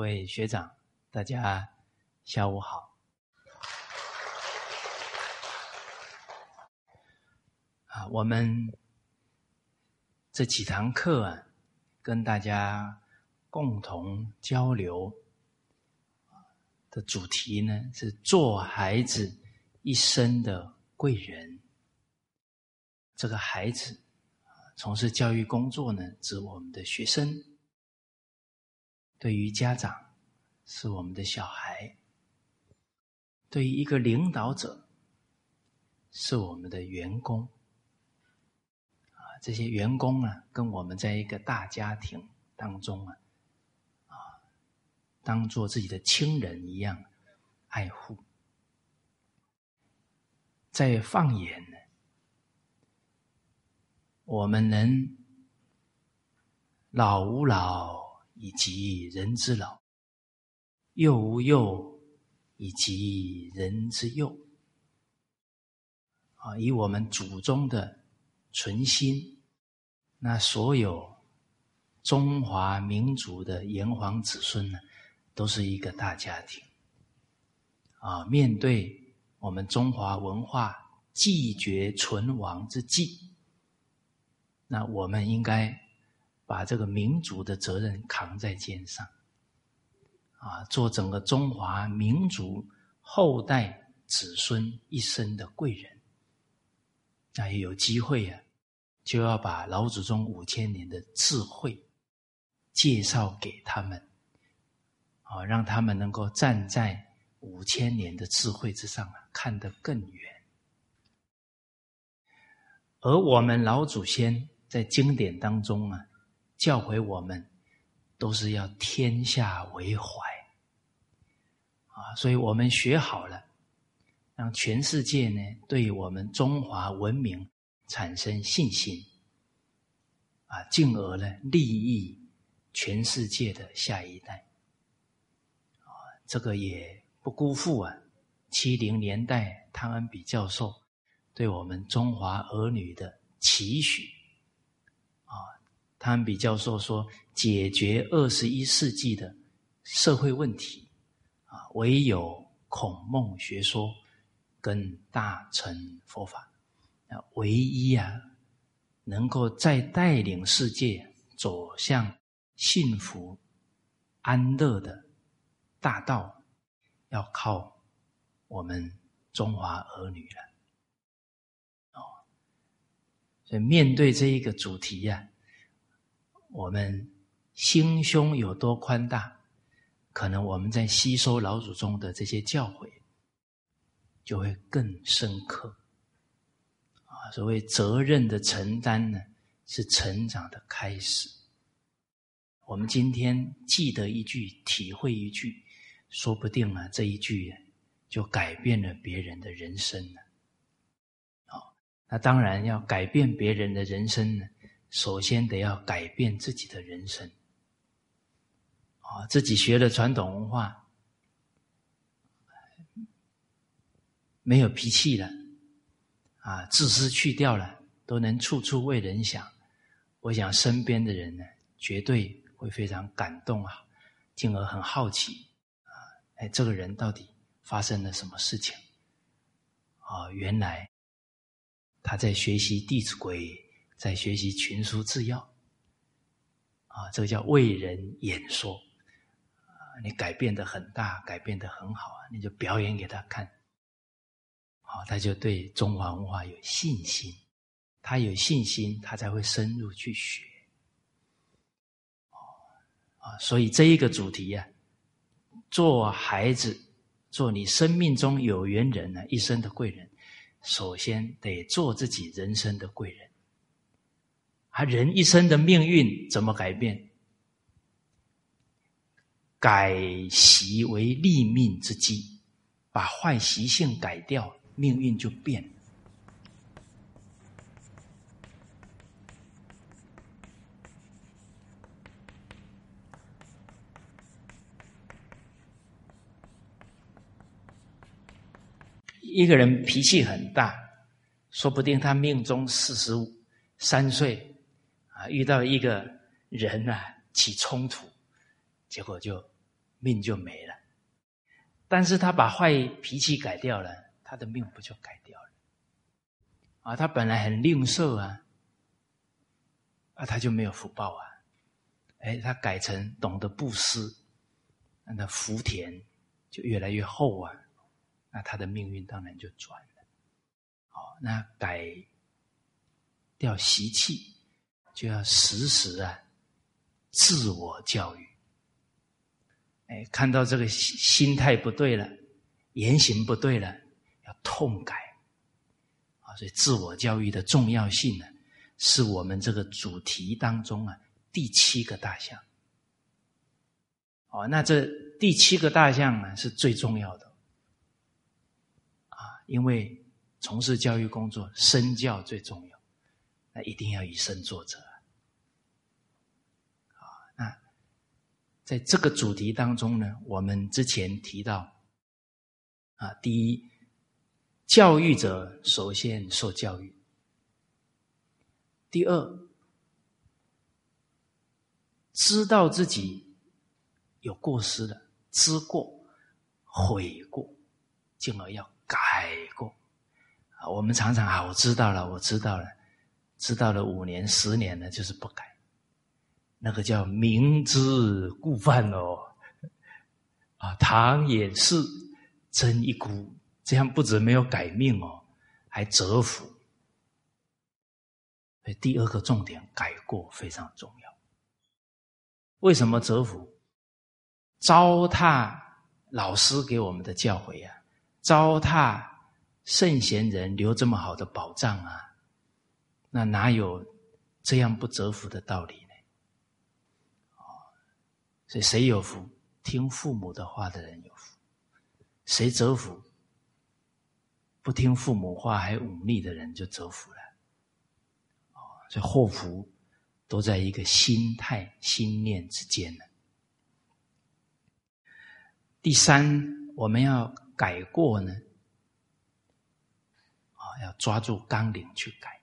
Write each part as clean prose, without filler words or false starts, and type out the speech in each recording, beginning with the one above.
位学长，大家下午好。我们这几堂课跟大家共同交流的主题呢，是做孩子一生的贵人。这个孩子从事教育工作呢，指我们的学生；对于家长，是我们的小孩；对于一个领导者，是我们的员工。这些员工跟我们在一个大家庭当中当作自己的亲人一样爱护。再放眼呢，我们能老吾老以及人之老，幼吾幼以及人之幼。以我们祖宗的存心，那所有中华民族的炎黄子孙呢，都是一个大家庭。面对我们中华文化继绝存亡之际，那我们应该把这个民族的责任扛在肩上，做整个中华民族后代子孙一生的贵人。那也有机会就要把老祖宗5000年的智慧介绍给他们，让他们能够站在5000年的智慧之上看得更远。而我们老祖先在经典当中教诲我们都是要天下为怀所以我们学好了，让全世界呢对我们中华文明产生信心进而呢利益全世界的下一代这个也不辜负70年代汤恩比教授对我们中华儿女的期许汤恩比教授说，解决21世纪的社会问题唯有孔孟学说跟大乘佛法唯一能够再带领世界走向幸福安乐的大道，要靠我们中华儿女了。所以面对这一个主题我们心胸有多宽大，可能我们在吸收老祖宗的这些教诲就会更深刻所谓责任的承担呢，是成长的开始。我们今天记得一句，体会一句，说不定这一句就改变了别人的人生了。那当然要改变别人的人生呢，首先得要改变自己的人生。自己学了传统文化，没有脾气了自私去掉了，都能处处为人想，我想身边的人呢，绝对会非常感动进而很好奇这个人到底发生了什么事情原来他在学习《弟子规》，在学习群书治要这个叫为人演说你改变得很大，改变得很好你就表演给他看他就对中华文化有信心，他有信心，他才会深入去学所以这一个主题做孩子，做你生命中有缘人一生的贵人，首先得做自己人生的贵人人一生的命运怎么改变？改习为立命之基，把坏习性改掉，命运就变了。一个人脾气很大，说不定他命中43岁遇到一个人起冲突，结果就命就没了。但是他把坏脾气改掉了，他的命不就改掉了？啊，他本来很吝啬啊，他就没有福报啊。他改成懂得布施，那福田就越来越厚啊，那他的命运当然就转了。好，那改掉习气，就要时时自我教育。看到这个心态不对了，言行不对了，要痛改。所以自我教育的重要性呢，是我们这个主题当中第7个大项。那这第7个大项呢是最重要的因为从事教育工作，身教最重要，那一定要以身作则。那在这个主题当中呢，我们之前提到第一，教育者首先受教育；第二，知道自己有过失的，知过、悔过，进而要改过。我们常常我知道了，知道了5年、10年了，就是不改。那个叫明知故犯哦。唐也是真一孤，这样不止没有改命哦，还折福。所以第二个重点，改过非常重要。为什么折福？糟蹋老师给我们的教诲糟蹋圣贤人留这么好的宝藏那哪有这样不折福的道理呢？所以谁有福？听父母的话的人有福。谁折福？不听父母话还忤逆的人就折福了。所以祸福都在一个心态、心念之间呢。第三，我们要改过呢，要抓住纲领去改。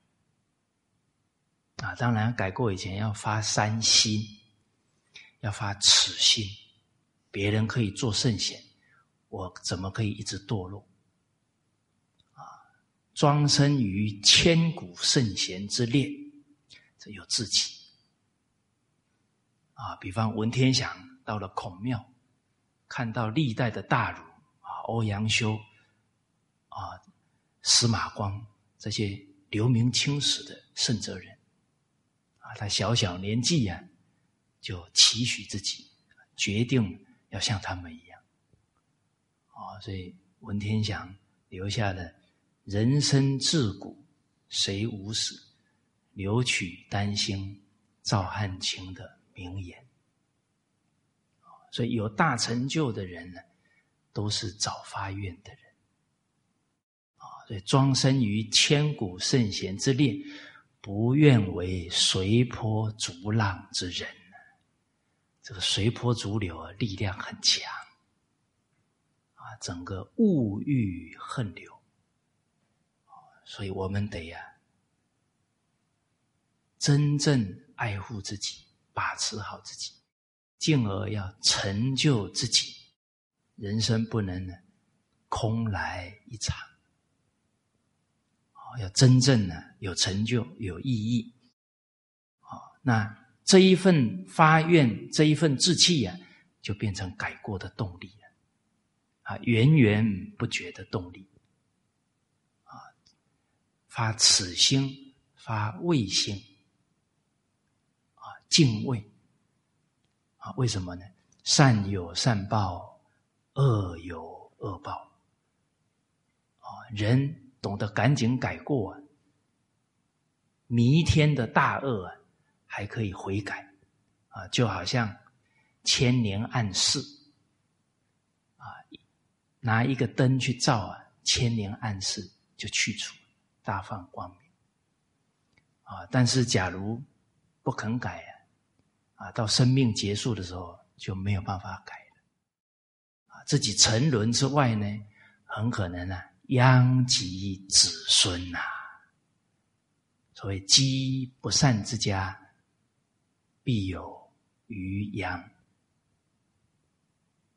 当然改过以前要发3心，要发耻心。别人可以做圣贤，我怎么可以一直堕落？庄生于千古圣贤之列，这有志气。比方文天祥到了孔庙，看到历代的大儒欧阳修司马光这些留名青史的圣哲人他小小年纪就期许自己，决定要像他们一样所以文天祥留下了人生自古谁无死，留取丹心照汗青的名言。所以有大成就的人呢，都是早发愿的人所以庄生于千古圣贤之列，不愿为随波逐浪之人。这个随波逐流力量很强整个物欲横流。所以我们得真正爱护自己，把持好自己，进而要成就自己。人生不能空来一场要真正有成就，有意义那这一份发愿，这一份志气就变成改过的动力了源源不绝的动力发耻心，发畏心敬畏为什么呢？善有善报，恶有恶报人懂得赶紧改过弥天的大恶还可以悔改就好像千年暗室拿一个灯去照千年暗室就去除，大放光明但是假如不肯改到生命结束的时候就没有办法改了自己沉沦之外呢，很可能殃及子孙所谓积不善之家，必有余殃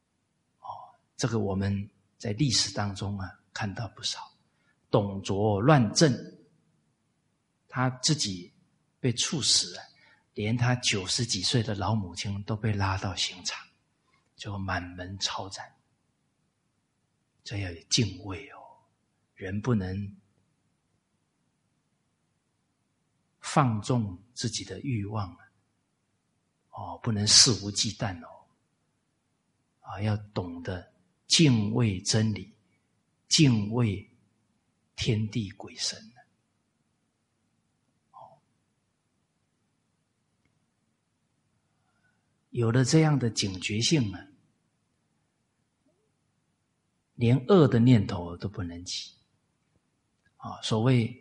这个我们在历史当中看到不少。董卓乱政，他自己被处死了，连他90几岁的老母亲都被拉到刑场，就满门抄斩。这要有敬畏哦，人不能放纵自己的欲望不能肆无忌惮要懂得敬畏真理，敬畏天地鬼神有了这样的警觉性连恶的念头都不能起所谓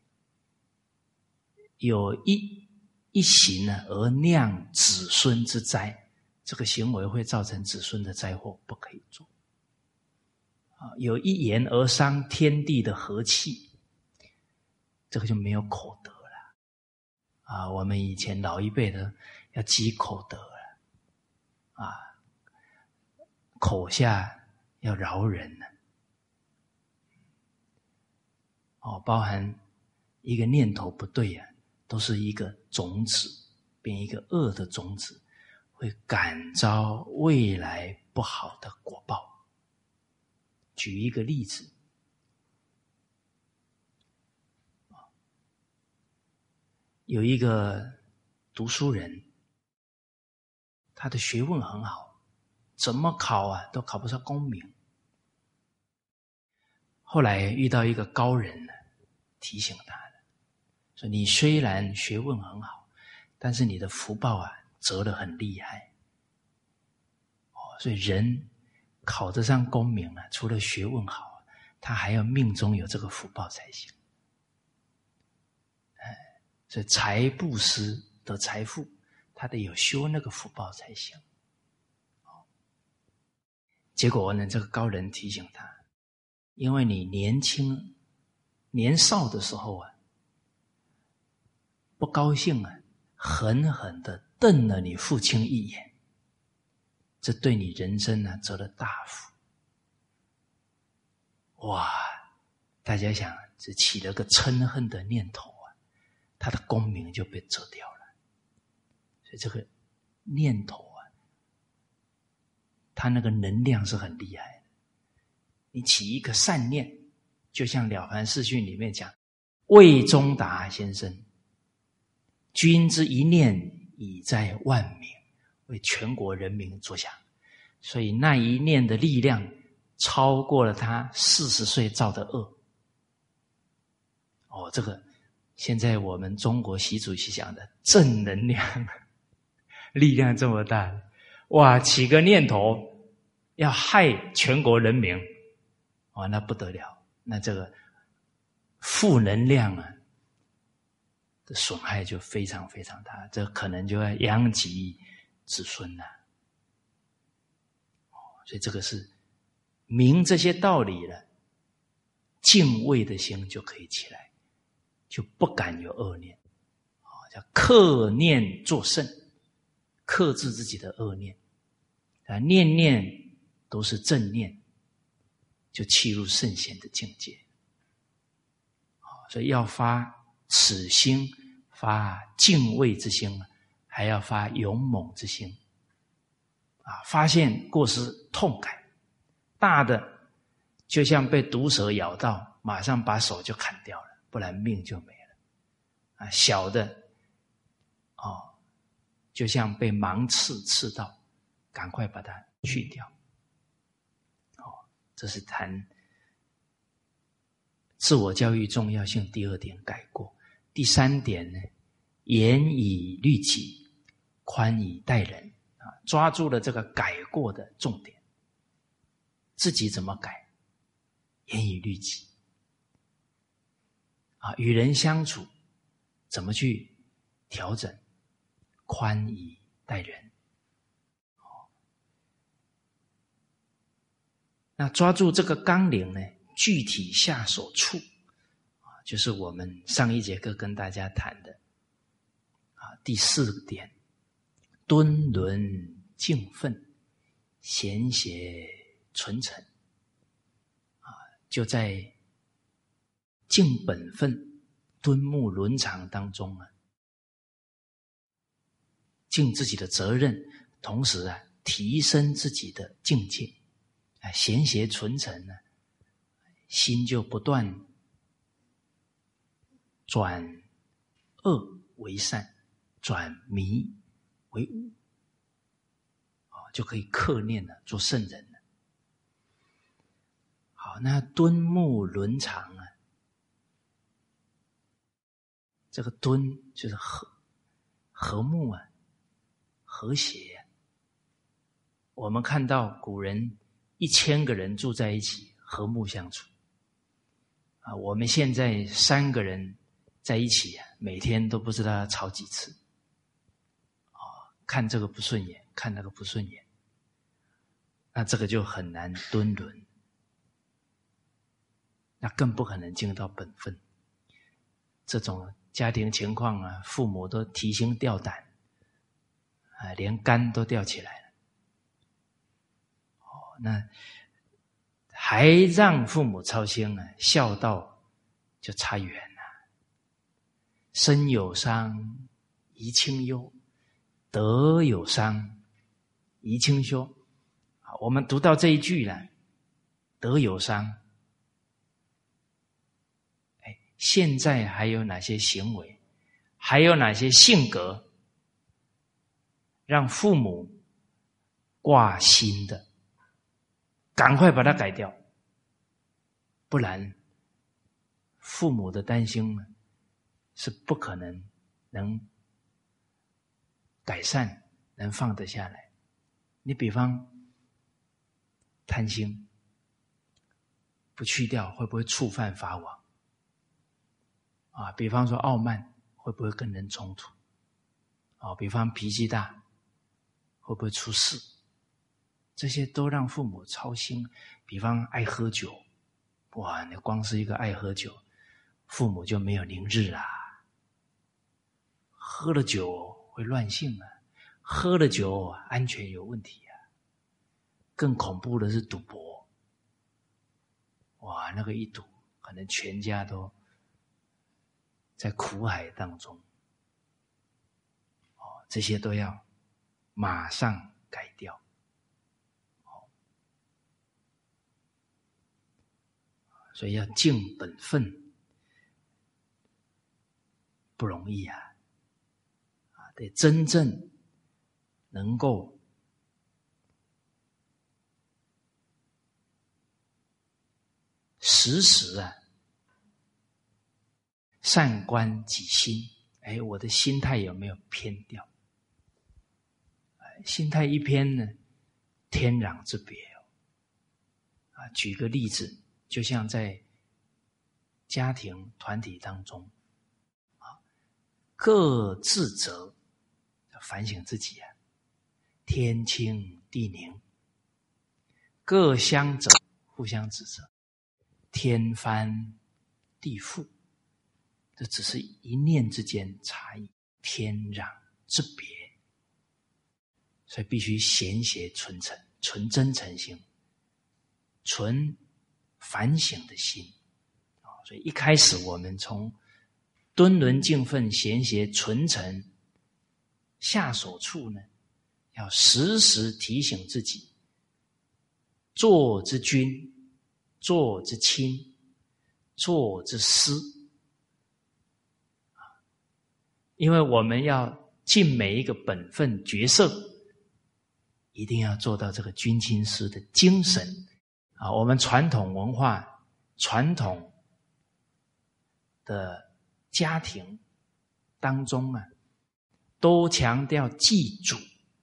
有一行而酿子孙之灾，这个行为会造成子孙的灾祸，不可以做有一言而伤天地的和气，这个就没有口德了我们以前老一辈的要积口德了口下要饶人包含一个念头不对都是一个种子，变一个恶的种子，会感召未来不好的果报。举一个例子，有一个读书人，他的学问很好，怎么考都考不上功名。后来遇到一个高人提醒他说，你虽然学问很好，但是你的福报折得很厉害所以人考得上功名除了学问好他还要命中有这个福报才行所以财布施得财富，他得有修那个福报才行结果呢，这个高人提醒他，因为你年少的时候不高兴狠狠地瞪了你父亲一眼，这对你人生折了大福。哇，大家想，只起了个嗔恨的念头他的功名就被折掉了。所以这个念头他那个能量是很厉害的。你起一个善念，就像《了凡四训》里面讲，魏忠达先生，君之一念已在万民，为全国人民着想。所以那一念的力量超过了他40岁造的恶。这个现在我们中国习主席讲的正能量力量这么大，哇，起个念头要害全国人民那不得了，那这个负能量的损害就非常非常大，这可能就要殃及子孙了所以这个是明这些道理了，敬畏的心就可以起来，就不敢有恶念叫克念作圣，克制自己的恶念念念都是正念，就契入圣贤的境界所以要发此心，发敬畏之心，还要发勇猛之心发现过失痛改，大的就像被毒蛇咬到，马上把手就砍掉了，不然命就没了小的就像被芒刺刺到，赶快把它去掉这是谈自我教育重要性第2点改过。第3点呢，严以律己，宽以待人抓住了这个改过的重点，自己怎么改，严以律己与人相处怎么去调整，宽以待人那抓住这个纲领呢，具体下手处就是我们上一节课跟大家谈的第4点，敦伦敬分，贤邪纯诚就在尽本分、敦睦伦常当中尽自己的责任，同时提升自己的境界贤邪纯诚心就不断转恶为善，转迷为悟就可以克念做圣人了。好，那敦睦伦常这个敦就是和睦和谐我们看到古人1000个人住在一起，和睦相处我们现在3个人在一起每天都不知道要吵几次看这个不顺眼，看那个不顺眼，那这个就很难敦伦，那更不可能尽到本分。这种家庭情况父母都提心吊胆连肝都吊起来了那还让父母操心孝道就差远了。身有伤，贻亲忧；德有伤，贻亲羞。我们读到这一句了，德有伤。现在还有哪些行为，还有哪些性格，让父母挂心的，赶快把它改掉，不然父母的担心是不可能改善，能放得下来。你比方贪心不去掉，会不会触犯法网比方说傲慢，会不会跟人冲突比方脾气大，会不会出事，这些都让父母操心。比方爱喝酒，哇，你光是一个爱喝酒，父母就没有宁日啦。喝了酒会乱性喝了酒安全有问题更恐怖的是赌博，哇，那个一赌可能全家都在苦海当中这些都要马上改掉所以要尽本分不容易得真正能够时时善观己心。我的心态有没有偏掉？心态一偏呢，天壤之别举个例子，就像在家庭团体当中各自责，反省自己天清地宁；各相责，互相指责，天翻地覆。这只是一念之间差异，天壤之别。所以必须贤邪纯诚，纯真诚心，纯反省的心所以一开始我们从敦伦敬分贤邪纯诚下手处呢，要时时提醒自己，做之君，做之亲，做之师。因为我们要尽每一个本分角色，一定要做到这个君亲师的精神我们传统文化、传统的家庭当中都强调祭祖、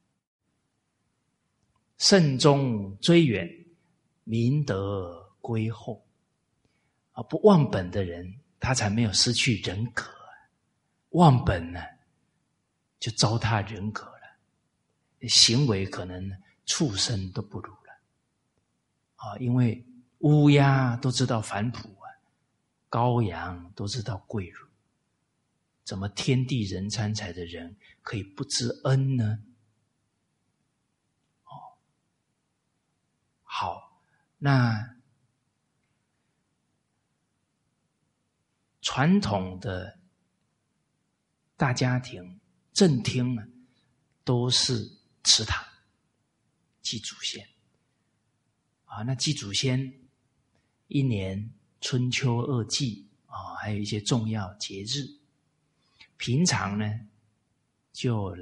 慎终追远、明德归厚不忘本的人，他才没有失去人格忘本呢，就糟蹋人格了，行为可能畜生都不如了因为乌鸦都知道反哺羔羊都知道跪乳，怎么天地人参才的人可以不知恩呢好， 那传统的大家庭正厅呢，都是祠堂祭祖先那祭祖先一年春秋二季还有一些重要节日，平常呢就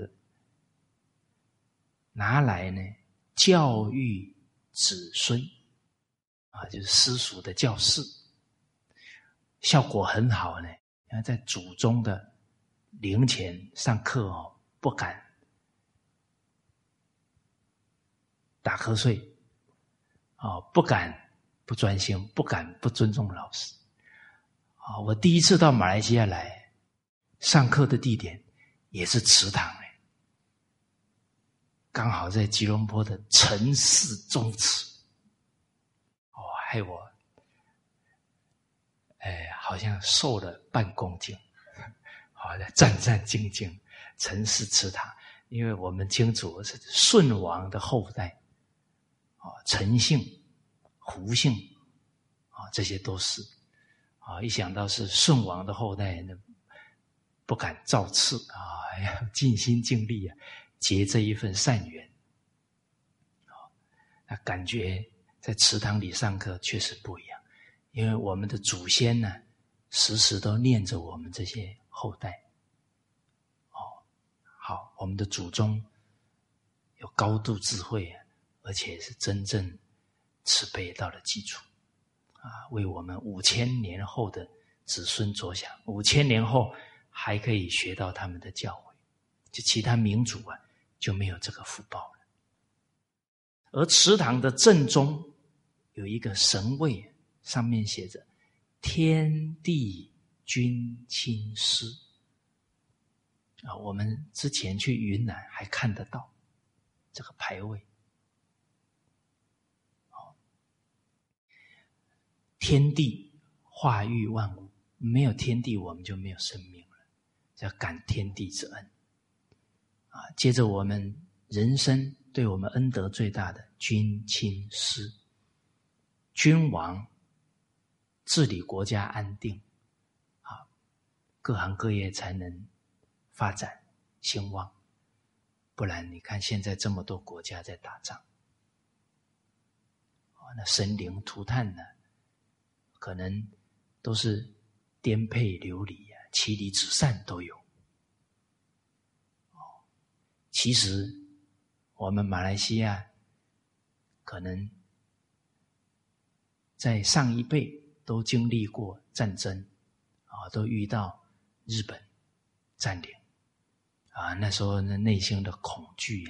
拿来呢教育子孙就是私塾的教室，效果很好呢。在祖宗的灵前上课不敢打瞌睡不敢不专心，不敢不尊重老师我第一次到马来西亚来上课的地点也是祠堂刚好在吉隆坡的陈氏宗祠害我好像瘦了半公斤战战兢兢。陈氏祠堂，因为我们清楚是舜王的后代陈姓胡姓这些都是一想到是舜王的后代不敢造次要尽心尽力结这一份善缘那感觉在祠堂里上课确实不一样，因为我们的祖先呢时时都念着我们这些后代好，我们的祖宗有高度智慧而且是真正慈悲到了基础为我们5000年后的子孙着想，5000年后还可以学到他们的教诲，就其他民族就没有这个福报了。而祠堂的正中有一个神位，上面写着天地君亲师我们之前去云南还看得到这个牌位天地化育万物，没有天地我们就没有生命了，要感天地之恩接着我们人生对我们恩德最大的君亲师，君王治理国家安定各行各业才能发展兴旺，不然你看现在这么多国家在打仗那生灵涂炭呢可能都是颠沛流离妻离子散都有其实我们马来西亚可能在上一辈都经历过战争都遇到日本占领那时候内心的恐惧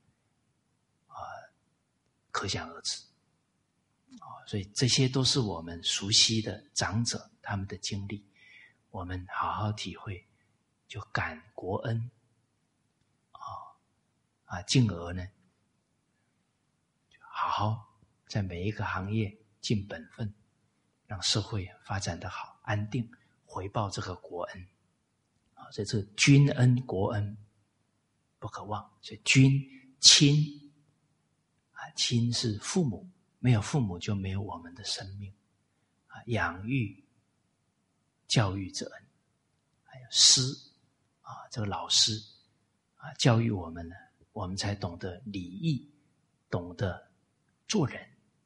可想而知所以这些都是我们熟悉的长者他们的经历，我们好好体会，就感国恩进而呢好好在每一个行业尽本分，让社会发展得好安定，回报这个国恩所以这个君恩国恩不可忘。所以君亲亲是父母，没有父母就没有我们的生命养育教育之恩，还有师这个老师教育我们呢，我们才懂得礼义，懂得做人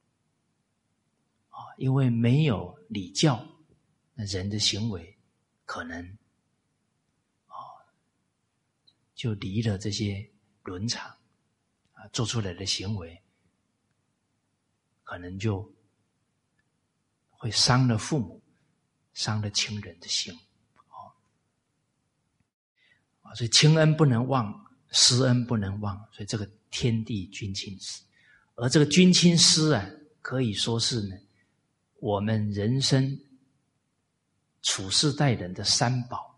因为没有礼教，那人的行为可能就离了这些伦常做出来的行为可能就会伤了父母，伤了亲人的心所以亲恩不能忘，师恩不能忘，所以这个天地君亲师，而这个君亲师可以说是呢我们人生处世待人的三宝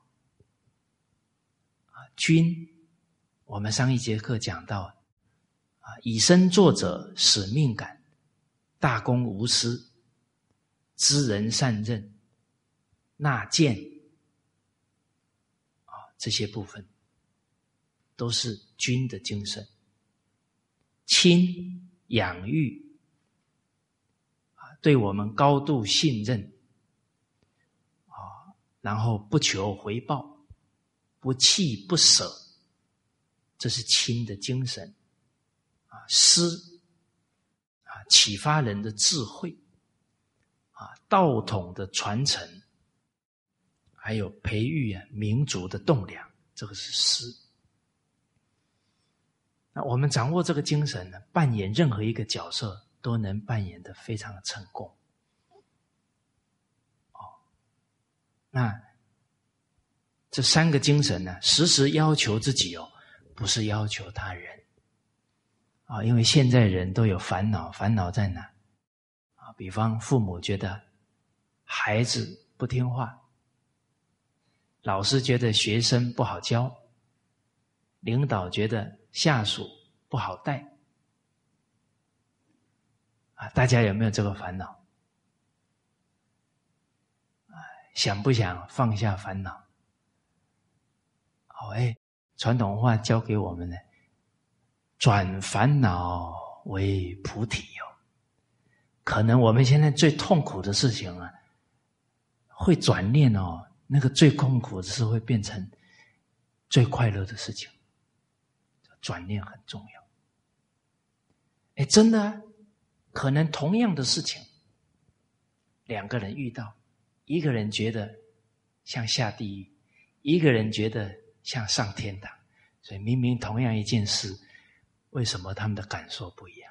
君，我们上一节课讲到以身作则，使命感，大公无私，知人善任，纳谏这些部分都是君的精神。亲养育对我们高度信任然后不求回报，不弃不舍，这是亲的精神师启发人的智慧道统的传承，还有培育民族的栋梁，这个是师。那我们掌握这个精神呢，扮演任何一个角色都能扮演得非常的成功。那这三个精神呢，时时要求自己不是要求他人因为现在人都有烦恼，烦恼在哪比方父母觉得孩子不听话，老师觉得学生不好教，领导觉得下属不好带大家有没有这个烦恼？想不想放下烦恼？传统话教给我们呢，转烦恼为菩提可能我们现在最痛苦的事情会转念那个最痛苦的事会变成最快乐的事情。转念很重要。真的可能同样的事情，两个人遇到，一个人觉得像下地狱，一个人觉得像上天堂，所以明明同样一件事，为什么他们的感受不一样？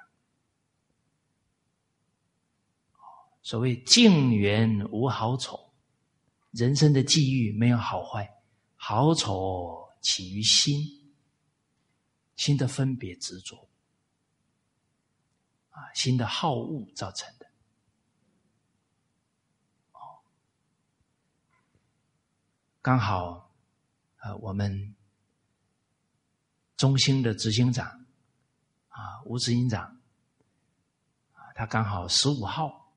所谓境缘无好丑，人生的际遇没有好坏，好丑起于心，心的分别执着心的好恶造成的。刚好我们中兴的执行长吴执行长他刚好15号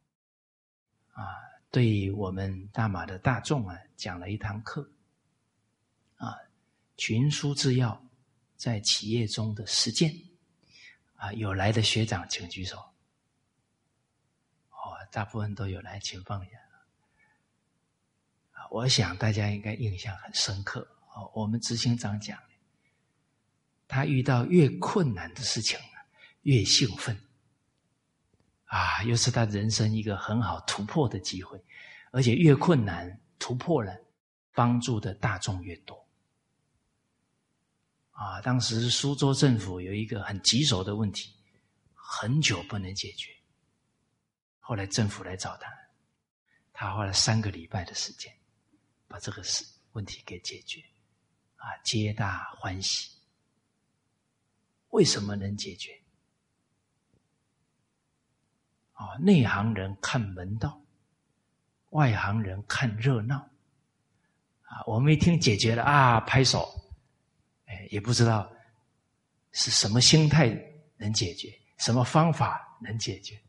对我们大马的大众讲了一堂课群书治要在企业中的实践有来的学长请举手。大部分都有来，请放下。我想大家应该印象很深刻我们执行长讲他遇到越困难的事情越兴奋又是他人生一个很好突破的机会，而且越困难突破了，帮助的大众越多当时苏州政府有一个很棘手的问题，很久不能解决，后来政府来找他花了3个礼拜的时间把这个问题给解决皆大欢喜。为什么能解决？内行人看门道，外行人看热闹我们一听解决了拍手也不知道是什么心态能解决，什么方法能解决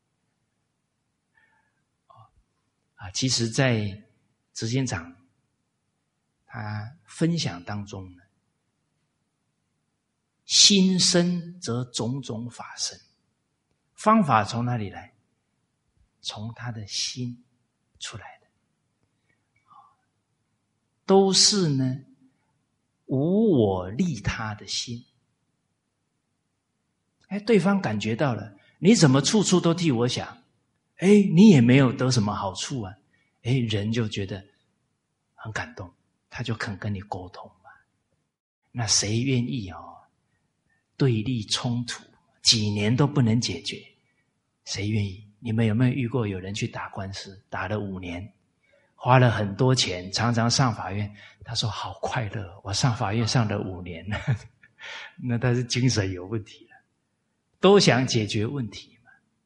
其实在执行长他分享当中呢，心生则种种法生，方法从哪里来？从他的心出来的都是呢无我利他的心对方感觉到了，你怎么处处都替我想你也没有得什么好处人就觉得很感动，他就肯跟你沟通嘛。那谁愿意对立冲突几年都不能解决，谁愿意？你们有没有遇过有人去打官司，打了5年，花了很多钱，常常上法院，他说好快乐，我上法院上了5年那他是精神有问题了，都想解决问题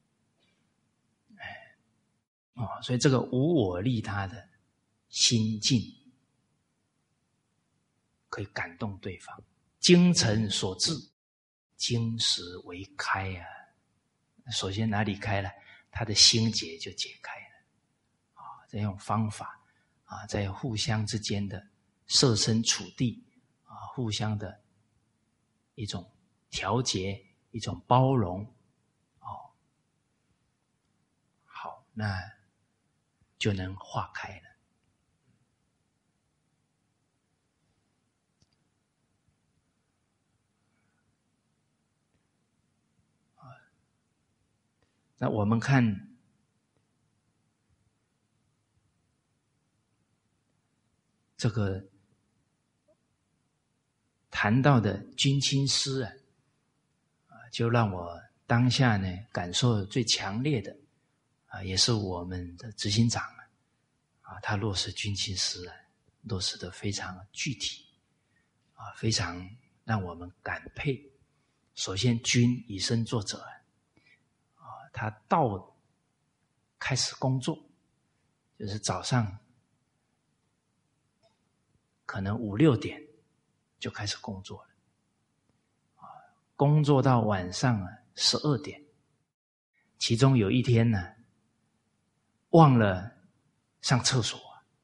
嘛所以这个无我利他的心境可以感动对方。精诚所至，金石为开首先哪里开了？他的心结就解开了这种方法在互相之间的设身处地互相的一种调节，一种包容好， 那就能化开了。那我们看这个谈到的军亲师就让我当下呢感受最强烈的也是我们的执行长他落实军亲师落实的非常具体非常让我们感佩。首先军以身作则他到开始工作，就是早上可能5、6点就开始工作了，工作到晚上12点。其中有一天呢，忘了上厕所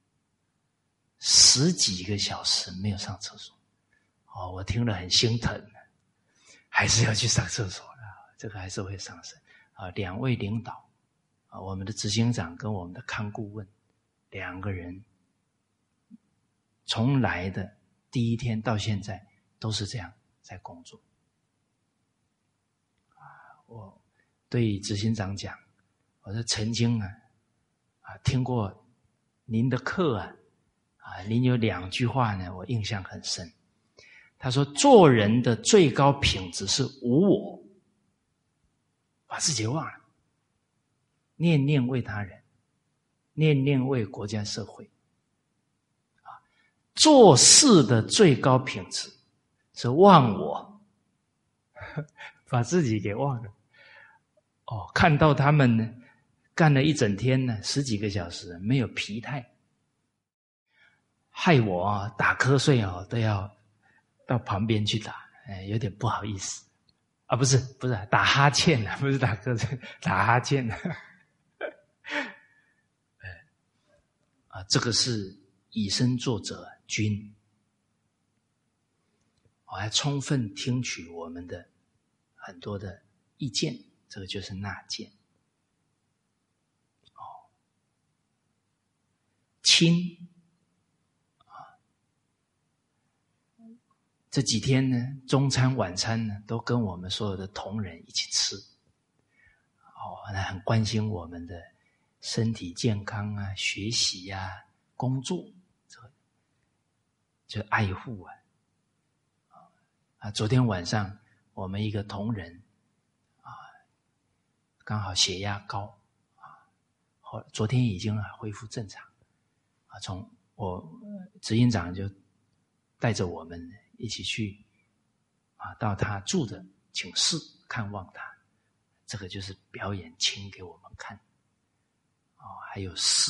10几个小时没有上厕所。我听了很心疼，还是要去上厕所了，这个还是会上身。2位领导我们的执行长跟我们的康顾问2个人，从来的第一天到现在都是这样在工作。我对执行长讲，我说曾经听过您的课您有2句话呢，我印象很深。他说做人的最高品质是无我，把自己忘了，念念为他人，念念为国家社会。做事的最高品质是忘我，把自己给忘了。看到他们呢干了一整天呢10几个小时没有疲态，害我打瞌睡都要到旁边去打，有点不好意思不是打哈欠不是打瞌睡，打哈欠这个是以身作则军。我还充分听取我们的很多的意见，这个就是纳谏。亲这几天呢，中餐晚餐呢都跟我们所有的同仁一起吃，很关心我们的身体健康学习工作，就爱护昨天晚上我们一个同仁刚好血压高昨天已经恢复正常从我执行长就带着我们一起去到他住的寝室看望他，这个就是表演亲给我们看还有诗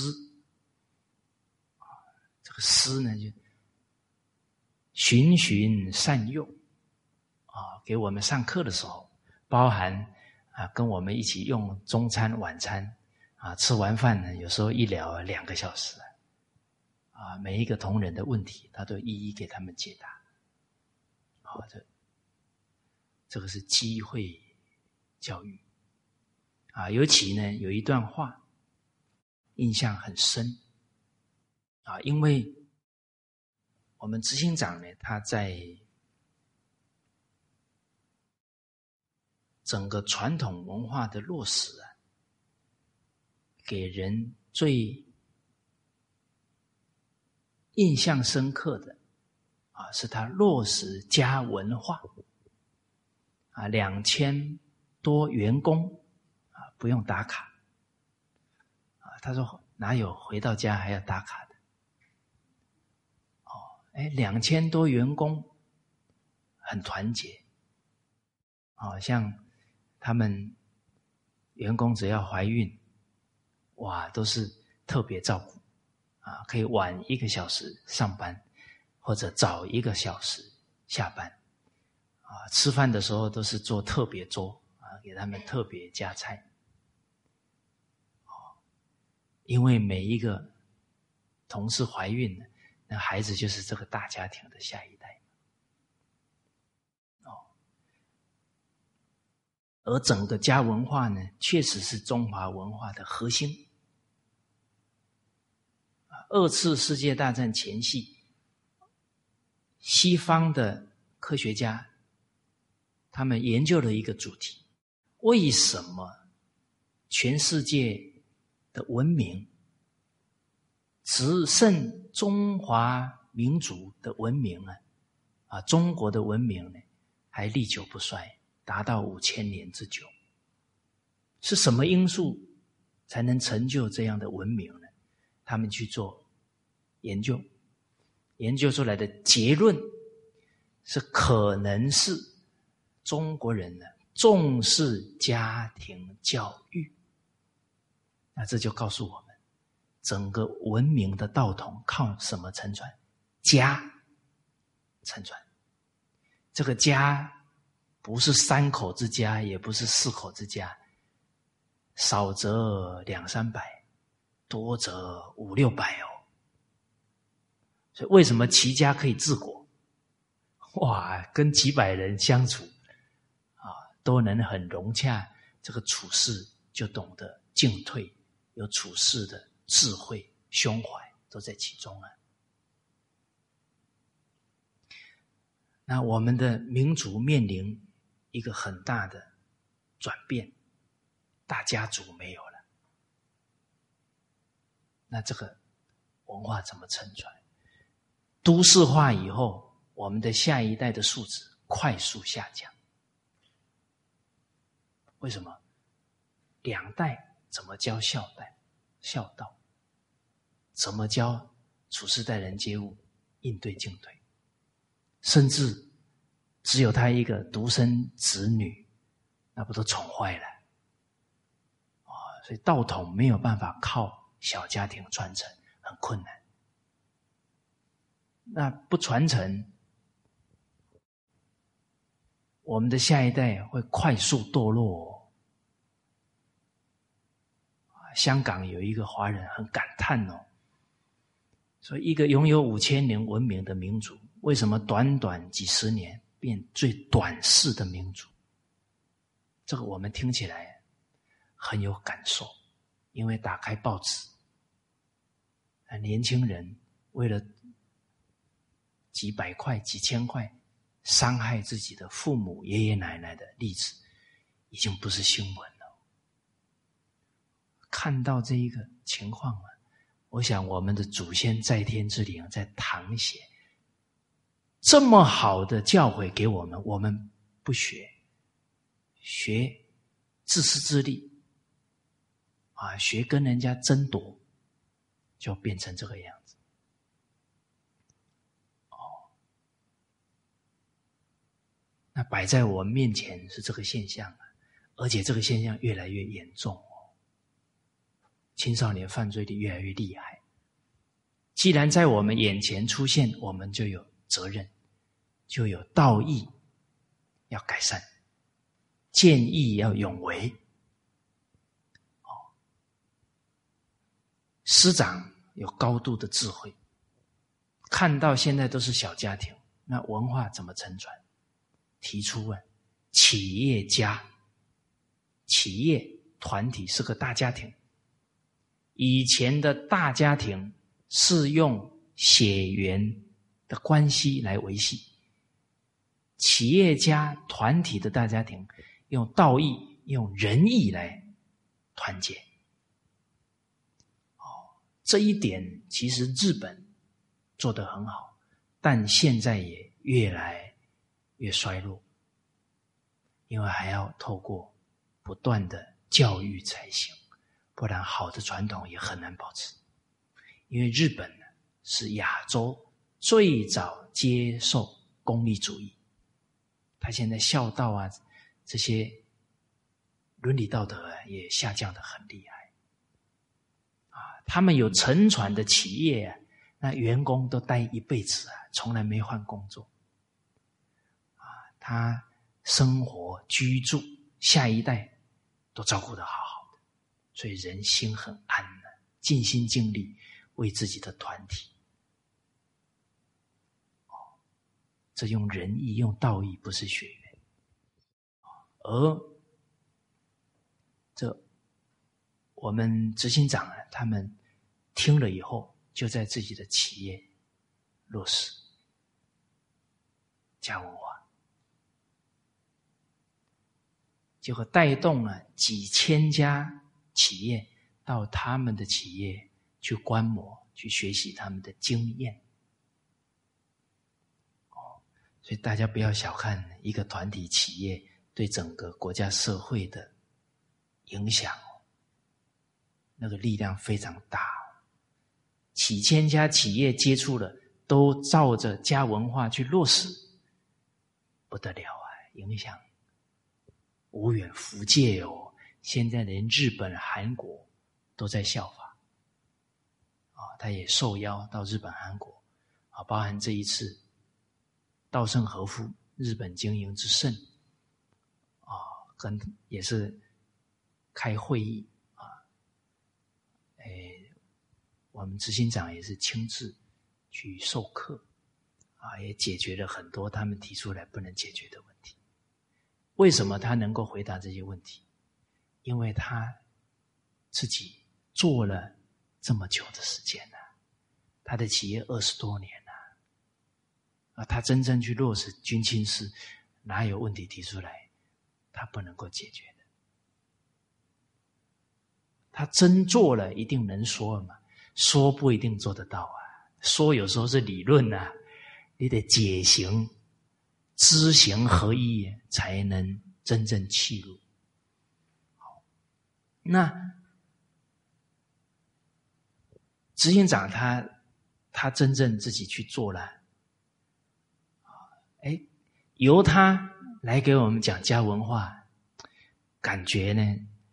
这个诗呢就循循善诱给我们上课的时候，包含跟我们一起用中餐晚餐吃完饭呢有时候一聊2个小时每一个同仁的问题他都一一给他们解答。这个是机会教育尤其呢有一段话印象很深因为我们执行长呢他在整个传统文化的落实给人最印象深刻的是他落实家文化2000多员工不用打卡他说哪有回到家还要打卡的2000多员工很团结像他们员工只要怀孕都是特别照顾可以晚1个小时上班或者早1个小时下班吃饭的时候都是做特别桌给他们特别加菜因为每一个同事怀孕那孩子就是这个大家庭的下一代而整个家文化呢确实是中华文化的核心二次世界大战前夕，西方的科学家他们研究了一个主题：为什么全世界的文明只剩中华民族的文明呢？中国的文明呢，还历久不衰，达到5000年之久。是什么因素才能成就这样的文明呢？他们去做研究，研究出来的结论是可能是中国人呢重视家庭教育。那这就告诉我们，整个文明的道统靠什么承传？家承传。这个家不是3口之家，也不是4口之家，少则200-300，多则500-600哦。所以为什么齐家可以治国？哇，跟几百人相处都能很融洽，这个处事就懂得进退，有处事的智慧、胸怀都在其中啊。那我们的民族面临一个很大的转变，大家族没有了，那这个文化怎么承传？都市化以后，我们的下一代的素质快速下降。为什么？2代怎么教孝道？怎么教处事待人接物、应对进退？甚至只有他一个独生子女，那不都宠坏了？所以道统没有办法靠小家庭传承，很困难。那不传承，我们的下一代会快速堕落哦。香港有一个华人很感叹哦，说一个拥有5000年文明的民族，为什么短短几十年变最短视的民族？这个我们听起来很有感受，因为打开报纸，年轻人为了几百块、几千块伤害自己的父母、爷爷奶奶的例子，已经不是新闻了。看到这一个情况我想我们的祖先在天之灵在淌血，这么好的教诲给我们，我们不学，学自私自利学跟人家争夺，就变成这个样子。那摆在我们面前是这个现象而且这个现象越来越严重青少年犯罪率越来越厉害。既然在我们眼前出现，我们就有责任，就有道义要改善，见义要勇为。师长有高度的智慧，看到现在都是小家庭，那文化怎么承传？提出企业家，企业团体是个大家庭。以前的大家庭是用血缘的关系来维系，企业家团体的大家庭用道义、用仁义来团结。这一点其实日本做得很好，但现在也越来越衰落，因为还要透过不断的教育才行，不然好的传统也很难保持。因为日本是亚洲最早接受功利主义，他现在孝道这些伦理道德也下降得很厉害他们有承传的企业那员工都待一辈子从来没换工作他生活居住下一代都照顾得好好的，所以人心很安尽心尽力为自己的团体这用仁义用道义不是血缘而这我们执行长他们听了以后就在自己的企业落实家文化，结果带动了几千家企业到他们的企业去观摩，去学习他们的经验。所以大家不要小看一个团体企业对整个国家社会的影响，那个力量非常大。几千家企业接触了，都照着家文化去落实，不得了啊！影响无远弗届哦。现在连日本、韩国都在效法他也受邀到日本、韩国包含这一次稻盛和夫日本经营之圣跟也是开会议我们执行长也是亲自去授课也解决了很多他们提出来不能解决的问题。为什么他能够回答这些问题？因为他自己做了这么久的时间他的企业20多年他真正去落实军亲师，哪有问题提出来他不能够解决的？他真做了一定能说嘛？说不一定做得到说有时候是理论你得解行知行合一才能真正契入。好，那执行长他真正自己去做了由他来给我们讲家文化，感觉呢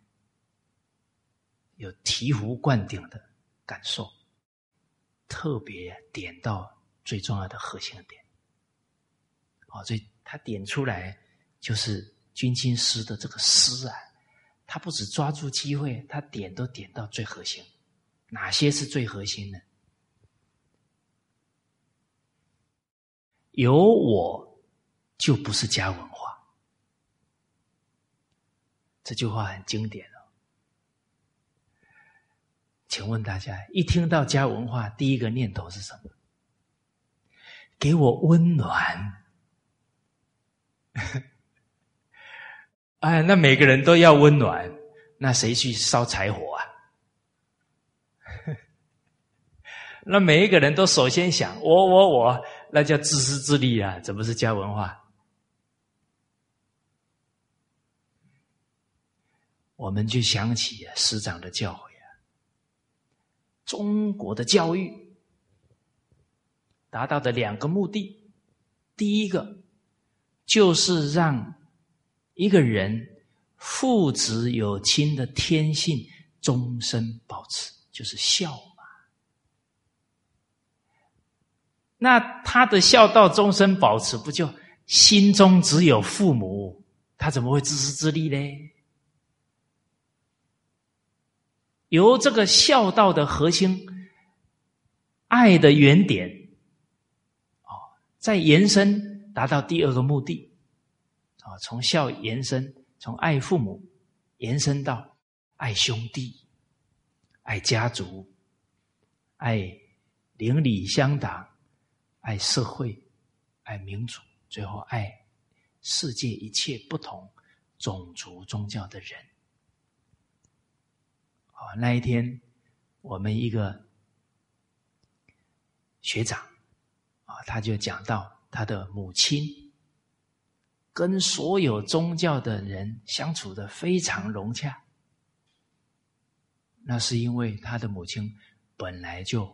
有醍醐灌顶的感受，特别点到最重要的核心点所以他点出来就是军亲师的这个师他不只抓住机会，他都点到最核心。哪些是最核心呢？有我就不是家文化，这句话很经典请问大家一听到家文化第一个念头是什么？给我温暖那每个人都要温暖，那谁去烧柴火那每一个人都首先想我，那叫自私自利怎么是家文化？我们就想起师长的教诲中国的教育达到的2个目的，第一个就是让一个人父子有亲的天性终身保持，就是孝嘛。那他的孝道终身保持，不就心中只有父母，他怎么会自私自利呢？由这个孝道的核心爱的原点再延伸达到第2个目的从孝延伸，从爱父母延伸到爱兄弟、爱家族、爱邻里乡党、爱社会、爱民主，最后爱世界一切不同种族宗教的人。那一天我们一个学长他就讲到他的母亲跟所有宗教的人相处得非常融洽，那是因为他的母亲本来就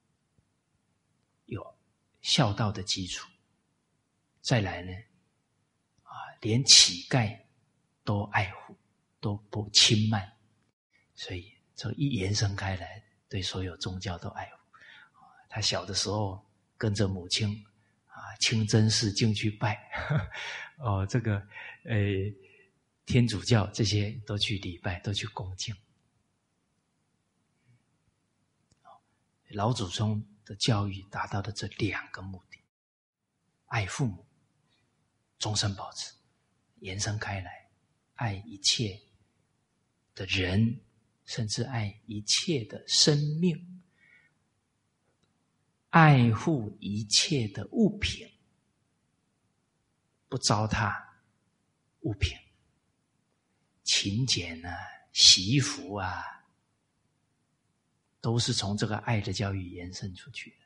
有孝道的基础，再来呢连乞丐都爱护，都不轻慢，所以这一延伸开来，对所有宗教都爱护。他小的时候跟着母亲清真寺进去拜这个天主教这些都去礼拜，都去恭敬。老祖宗的教育达到的这2个目的，爱父母终身保持，延伸开来爱一切的人，甚至爱一切的生命， 爱护一切的物品，不糟蹋物品，勤俭啊，洗衣服啊，都是从这个爱的教育延伸出去的。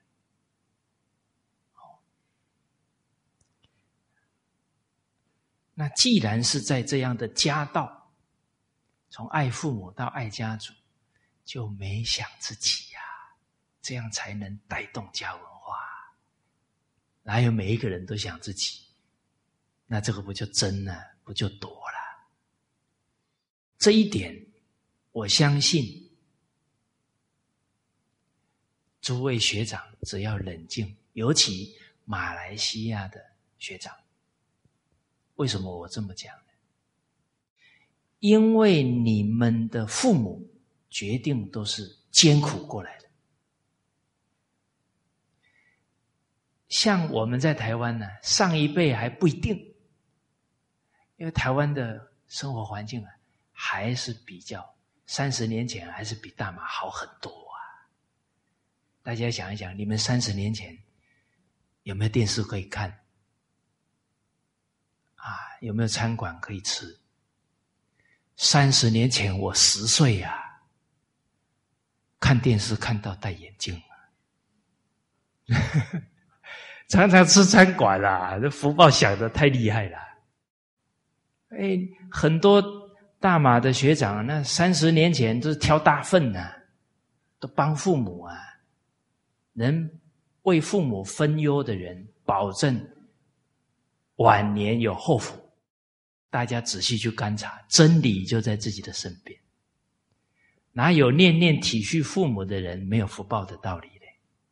那既然是在这样的家道，从爱父母到爱家族，就没想自己呀，这样才能带动家文化。哪有每一个人都想自己？那这个不就争了，不就夺了？这一点，我相信诸位学长只要冷静，尤其马来西亚的学长。为什么我这么讲呢？因为你们的父母决定都是艰苦过来的。像我们在台湾呢，上一辈还不一定，因为台湾的生活环境啊，还是比较30年前还是比大马好很多啊。大家想一想，你们30年前有没有电视可以看？有没有餐馆可以吃？30年前我10岁啊，看电视看到戴眼镜啊，常常吃餐馆啦，这福报享得太厉害了。很多大马的学长，那30年前都是挑大粪啊，都帮父母啊，能为父母分忧的人，保证晚年有后福。大家仔细去观察，真理就在自己的身边。哪有念念体恤父母的人没有福报的道理呢？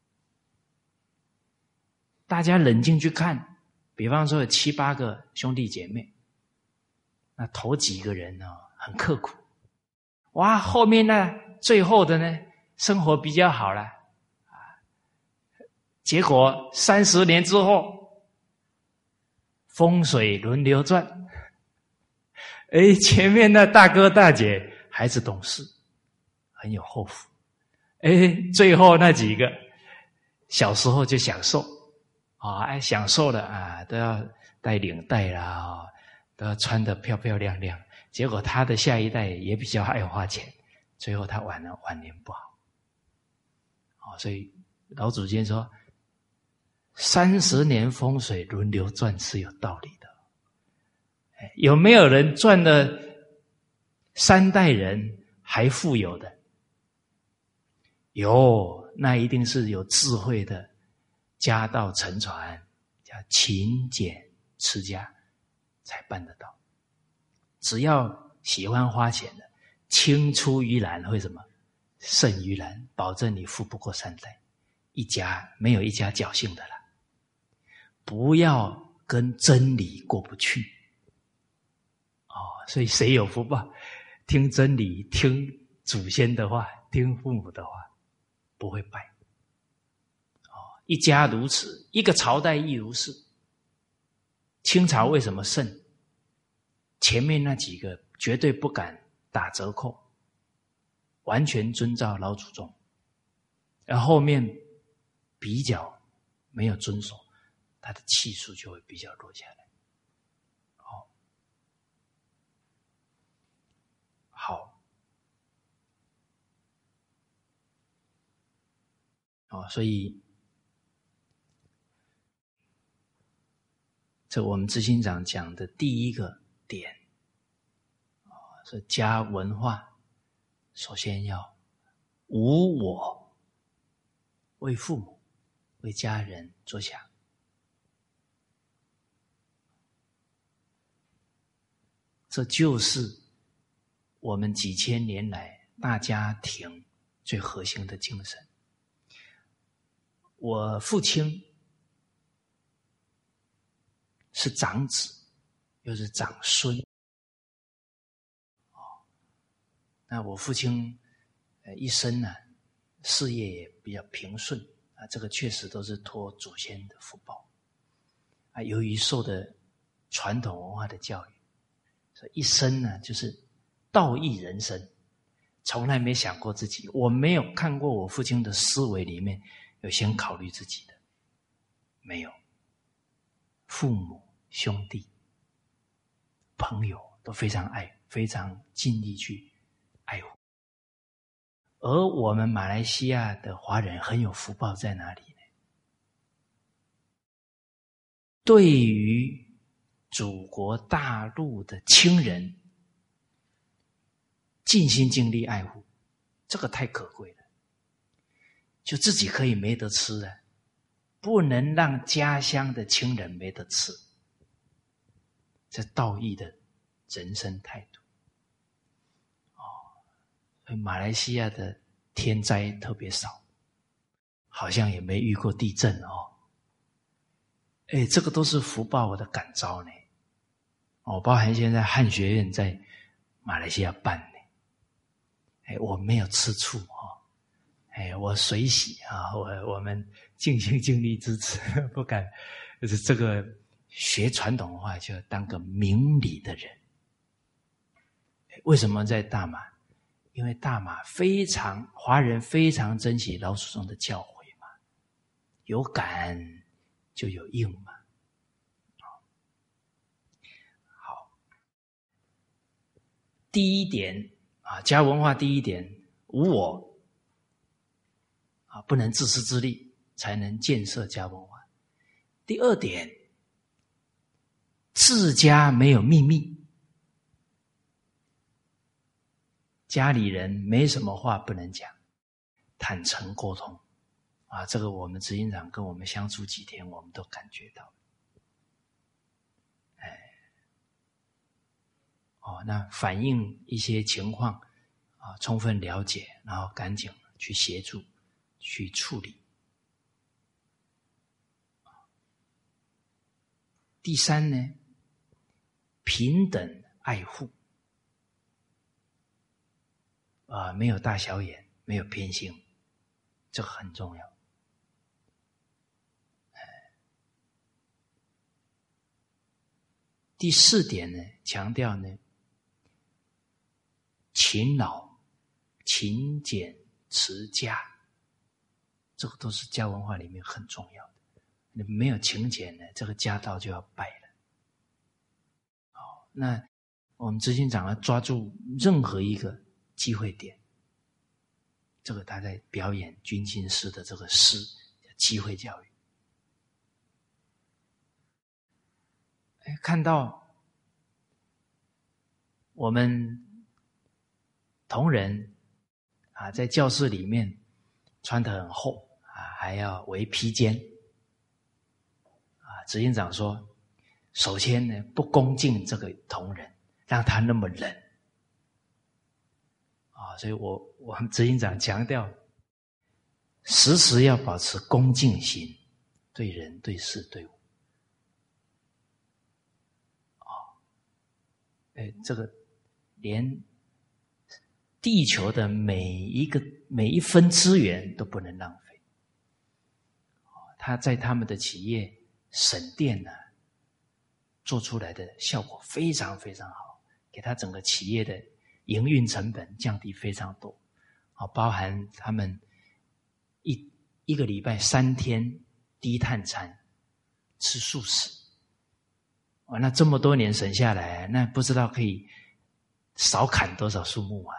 大家冷静去看，比方说有7、8个兄弟姐妹，那头几个人很刻苦，哇，后面那最后的呢，生活比较好了，结果30年之后，风水轮流转。前面那大哥大姐孩子懂事，很有后福。最后那几个小时候就享受享受了都要戴领带啦，都要穿得漂漂亮亮。结果他的下一代也比较爱花钱，最后他晚年不好。所以老祖先说，30年风水轮流转是有道理的。有没有人赚了3代人还富有的？有，那一定是有智慧的家道承传，叫勤俭持家才办得到。只要喜欢花钱的，青出于蓝会什么？胜于蓝，保证你富不过3代，一家没有一家侥幸的了。不要跟真理过不去。所以谁有福报？听真理，听祖先的话，听父母的话，不会败。一家如此，一个朝代亦如是。清朝为什么胜？前面那几个绝对不敢打折扣，完全遵照老祖宗，而后面比较没有遵守，他的气数就会比较弱下来。所以这我们执行长讲的第一个点是家文化，首先要无我，为父母为家人着想。这就是我们几千年来大家庭最核心的精神。我父亲是长子，又是长孙。那我父亲一生呢，事业也比较平顺这个确实都是托祖先的福报由于受的传统文化的教育，所以一生呢就是道义人生，从来没想过自己。我没有看过我父亲的思维里面有先考虑自己的？没有。父母、兄弟、朋友都非常爱，非常尽力去爱护。而我们马来西亚的华人很有福报在哪里呢？对于祖国大陆的亲人尽心尽力爱护，这个太可贵了。就自己可以没得吃了，不能让家乡的亲人没得吃，这道义的人生态度。所以马来西亚的天灾特别少，好像也没遇过地震哦。这个都是福报的感召呢。包含现在汉学院在马来西亚办呢。我没有吃醋我随喜啊，我们尽心尽力支持，不敢，就是这个学传统的话，就要当个明理的人。为什么在大马？因为大马华人非常珍惜老祖宗的教诲嘛，有感就有应嘛。好，第一点家文化第一点，无我。不能自私自利，才能建设家文化。第二点，自家没有秘密，家里人没什么话不能讲，坦诚沟通这个我们执行长跟我们相处几天，我们都感觉到。那反映一些情况充分了解，然后赶紧去协助去处理。第三呢，平等爱护没有大小眼，没有偏心，这个很重要。第四点呢，强调呢，勤劳、勤俭、持家，这个都是家文化里面很重要的。你没有勤俭呢，这个家道就要败了。那我们执行长要抓住任何一个机会点，这个他在表演军情师的这个诗，机会教育。看到我们同仁在教室里面穿得很厚还要围披肩执行长说，首先呢，不恭敬这个同仁，让他那么冷所以我们执行长强调，时时要保持恭敬心，对人、对事、对物。这个连地球的每一分资源都不能浪费。他在他们的企业省电做出来的效果非常非常好，给他整个企业的营运成本降低非常多包含他们一个礼拜3天低碳餐，吃素食那这么多年省下来，那不知道可以少砍多少树木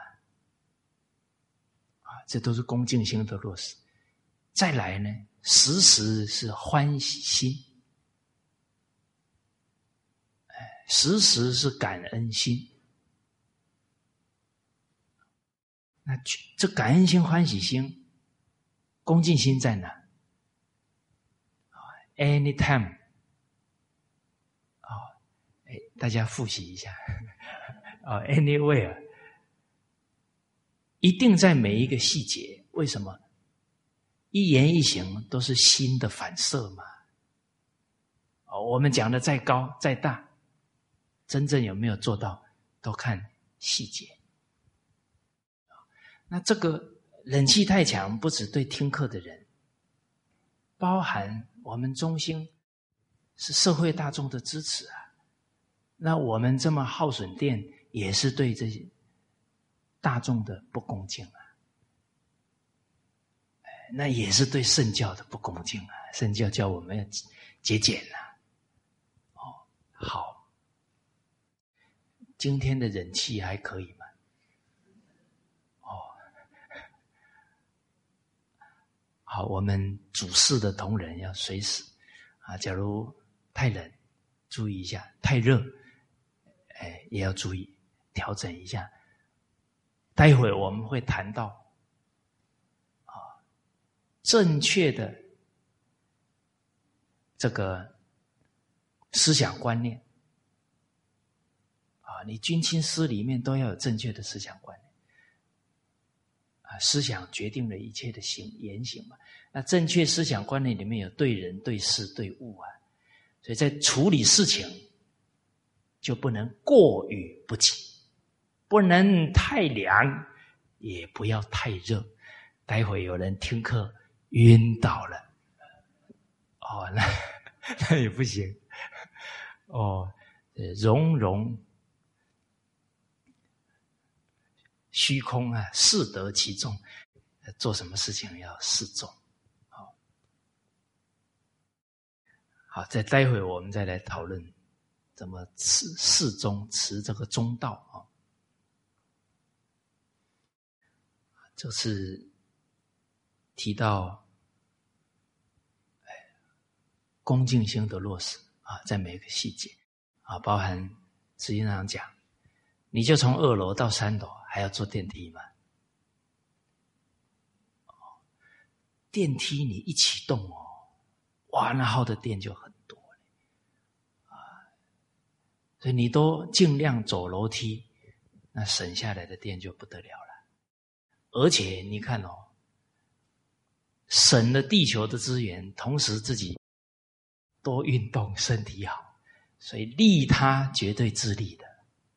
这都是恭敬心的落实。再来呢，时时是欢喜心，时时是感恩心。那这感恩心、欢喜心、恭敬心在哪？Anytime。大家复习一下anywhere， 一定在每一个细节。为什么？一言一行都是心的反射嘛。我们讲的再高再大，真正有没有做到，都看细节。那这个冷气太强，不只对听课的人，包含我们中心是社会大众的支持那我们这么耗损电，也是对这些大众的不恭敬那也是对圣教的不恭敬啊！圣教叫我们要节俭啊。好，今天的冷气还可以吗？好，我们主事的同仁要随时假如太冷，注意一下；太热，也要注意调整一下。待会我们会谈到正确的这个思想观念你军亲师里面都要有正确的思想观念思想决定了一切的言行嘛。那正确思想观念里面有对人、对事、对物所以在处理事情就不能过于不及，不能太凉，也不要太热。待会有人听课晕倒了，那也不行。融融虚空适得其中，做什么事情要适中。好，待会我们再来讨论怎么适中，持这个中道这是提到恭敬心的落实在每个细节包含执行长讲，你就从2楼到3楼还要坐电梯吗？电梯你一启动哇，那耗的电就很多所以你都尽量走楼梯，那省下来的电就不得了了。而且你看省了地球的资源，同时自己多运动，身体好，所以利他绝对自利的。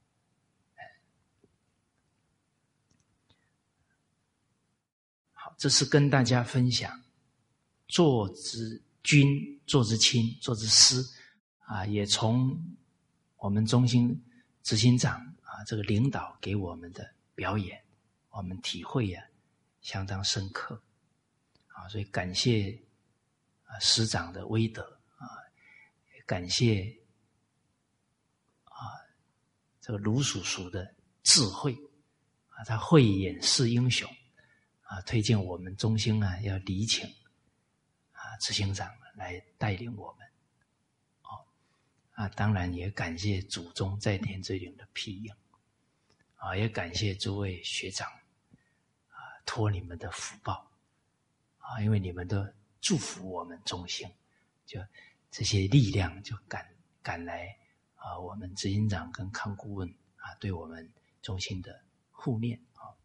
好，这是跟大家分享做之君、做之亲、做之师也从我们中心执行长这个领导给我们的表演，我们体会相当深刻所以感谢师长的威德感谢这个卢叔叔的智慧他慧眼识英雄推荐我们中心要礼请执行长来带领我们当然也感谢祖宗在天之灵的庇应也感谢诸位学长托你们的福报因为你们都祝福我们中心，就这些力量就赶来我们执行长跟康顾问对我们中心的护念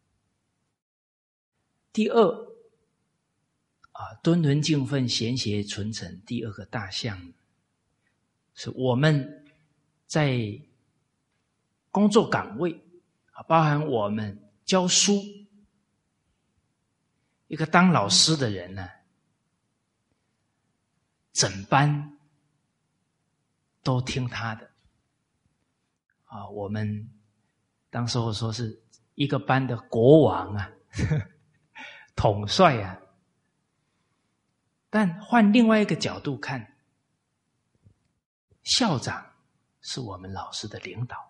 第二敦伦敬奋贤协纯诚，第二个大项是我们在工作岗位包含我们教书，一个当老师的人整班都听他的我们当时候说是一个班的国王统帅但换另外一个角度看，校长是我们老师的领导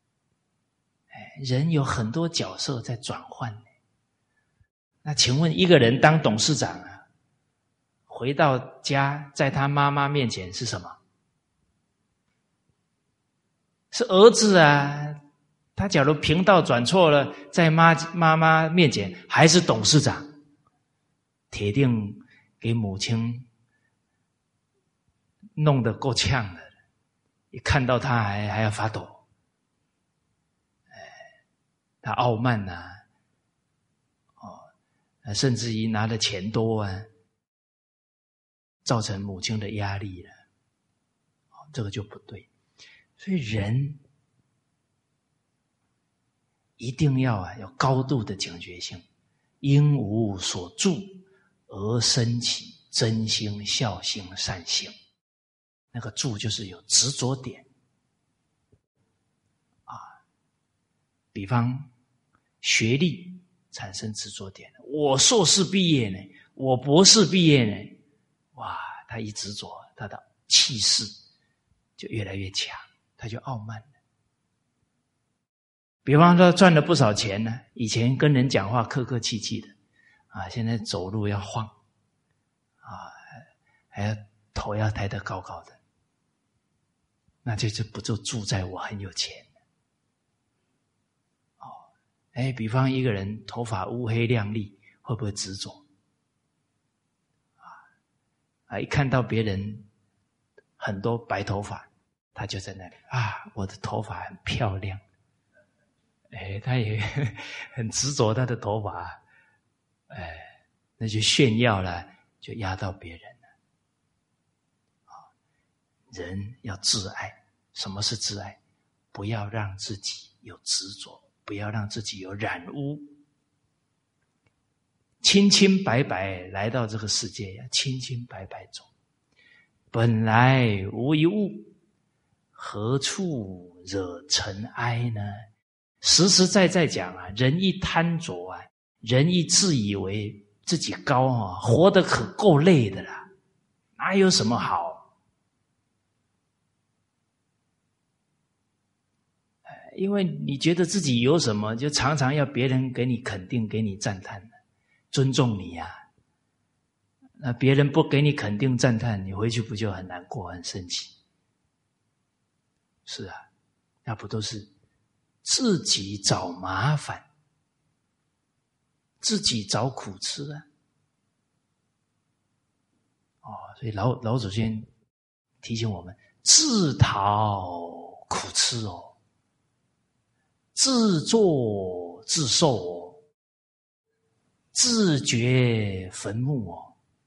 人有很多角色在转换那请问一个人当董事长回到家在他妈妈面前是什么？是儿子他假如频道转错了，在妈妈面前还是董事长，铁定给母亲弄得够呛的，一看到他还要发抖他傲慢甚至于拿的钱多造成母亲的压力了这个就不对。所以人一定要有高度的警觉性，因无所住而生起真心、孝心、善行。那个住就是有执着点比方学历产生执着点，我硕士毕业呢， 我博士毕业呢，哇，他一执着，他的气势就越来越强，他就傲慢了。比方说赚了不少钱呢，以前跟人讲话客客气气的，现在走路要晃，还要头要抬得高高的，那就不就住在我很有钱了。比方一个人头发乌黑亮丽，会不会执着？一看到别人很多白头发，他就在那里我的头发很漂亮。他也很执着他的头发，那就炫耀了，就压到别人了。人要自爱，什么是自爱？不要让自己有执着，不要让自己有染污。清清白白来到这个世界，要清清白白走。本来无一物，何处惹尘埃呢？实实在在讲人一贪着人一自以为自己高活得可够累的啦，哪有什么好？因为你觉得自己有什么，就常常要别人给你肯定，给你赞叹，尊重你那别人不给你肯定赞叹，你回去不就很难过很生气？是那不都是自己找麻烦，自己找苦吃所以老祖先提醒我们，自讨苦吃自作自受自掘坟墓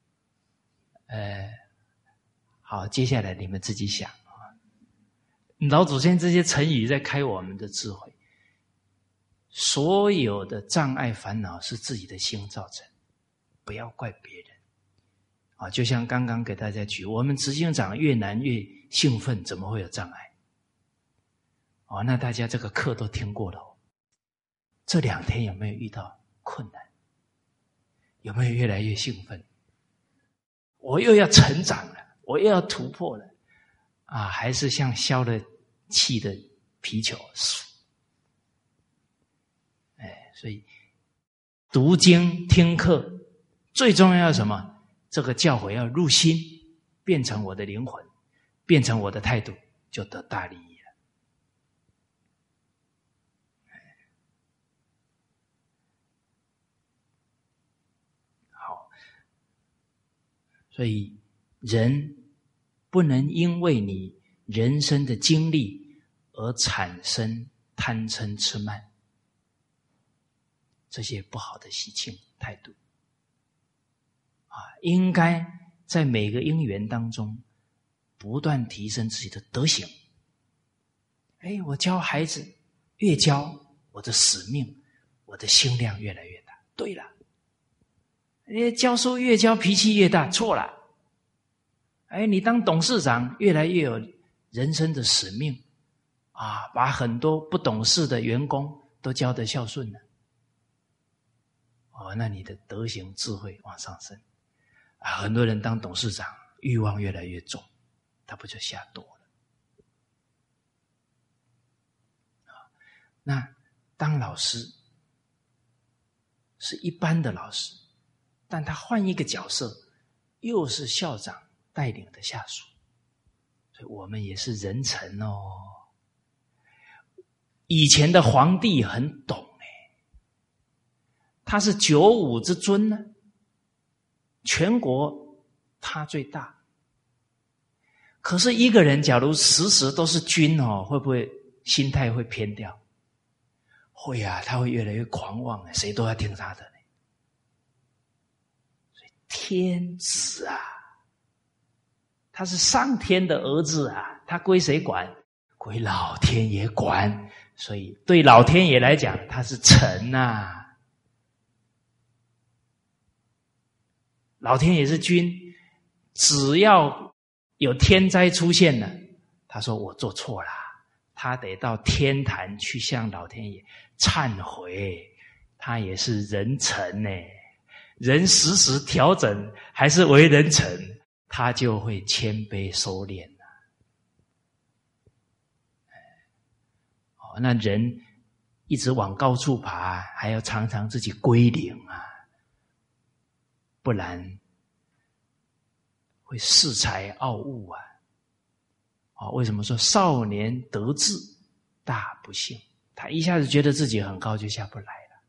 好，接下来你们自己想老祖先这些成语在开我们的智慧。所有的障碍烦恼是自己的心造成，不要怪别人就像刚刚给大家举，我们执行长越难越兴奋，怎么会有障碍？那大家这个课都听过了这2天有没有遇到困难？有没有越来越兴奋？我又要成长了，我又要突破了还是像消了气的皮球？所以读经听课最重要什么？这个教诲要入心，变成我的灵魂，变成我的态度，就得大利益了。好，所以人不能因为你人生的经历而产生贪嗔痴慢这些不好的习性态度应该在每个因缘当中不断提升自己的德行。我教孩子越教，我的使命，我的心量越来越大。对了，教书越教脾气越大，错了。你当董事长越来越有人生的使命把很多不懂事的员工都教得孝顺了。那你的德行智慧往上升很多人当董事长欲望越来越重，他不就下堕了？那当老师是一般的老师，但他换一个角色，又是校长带领的下属，所以我们也是人臣以前的皇帝很懂他是95之尊呢，全国他最大。可是一个人假如时时都是君会不会心态会偏掉？会他会越来越狂妄谁都要听他的所以天子他是上天的儿子他归谁管？归老天爷管。所以对老天爷来讲，他是臣老天爷是君，只要有天灾出现了，他说我做错了，他得到天坛去向老天爷忏悔，他也是人臣人时时调整，还是为人臣，他就会谦卑收敛了。那人一直往高处爬，还要常常自己归零啊，不然会恃才傲物啊。为什么说少年得志大不幸？他一下子觉得自己很高，就下不来了。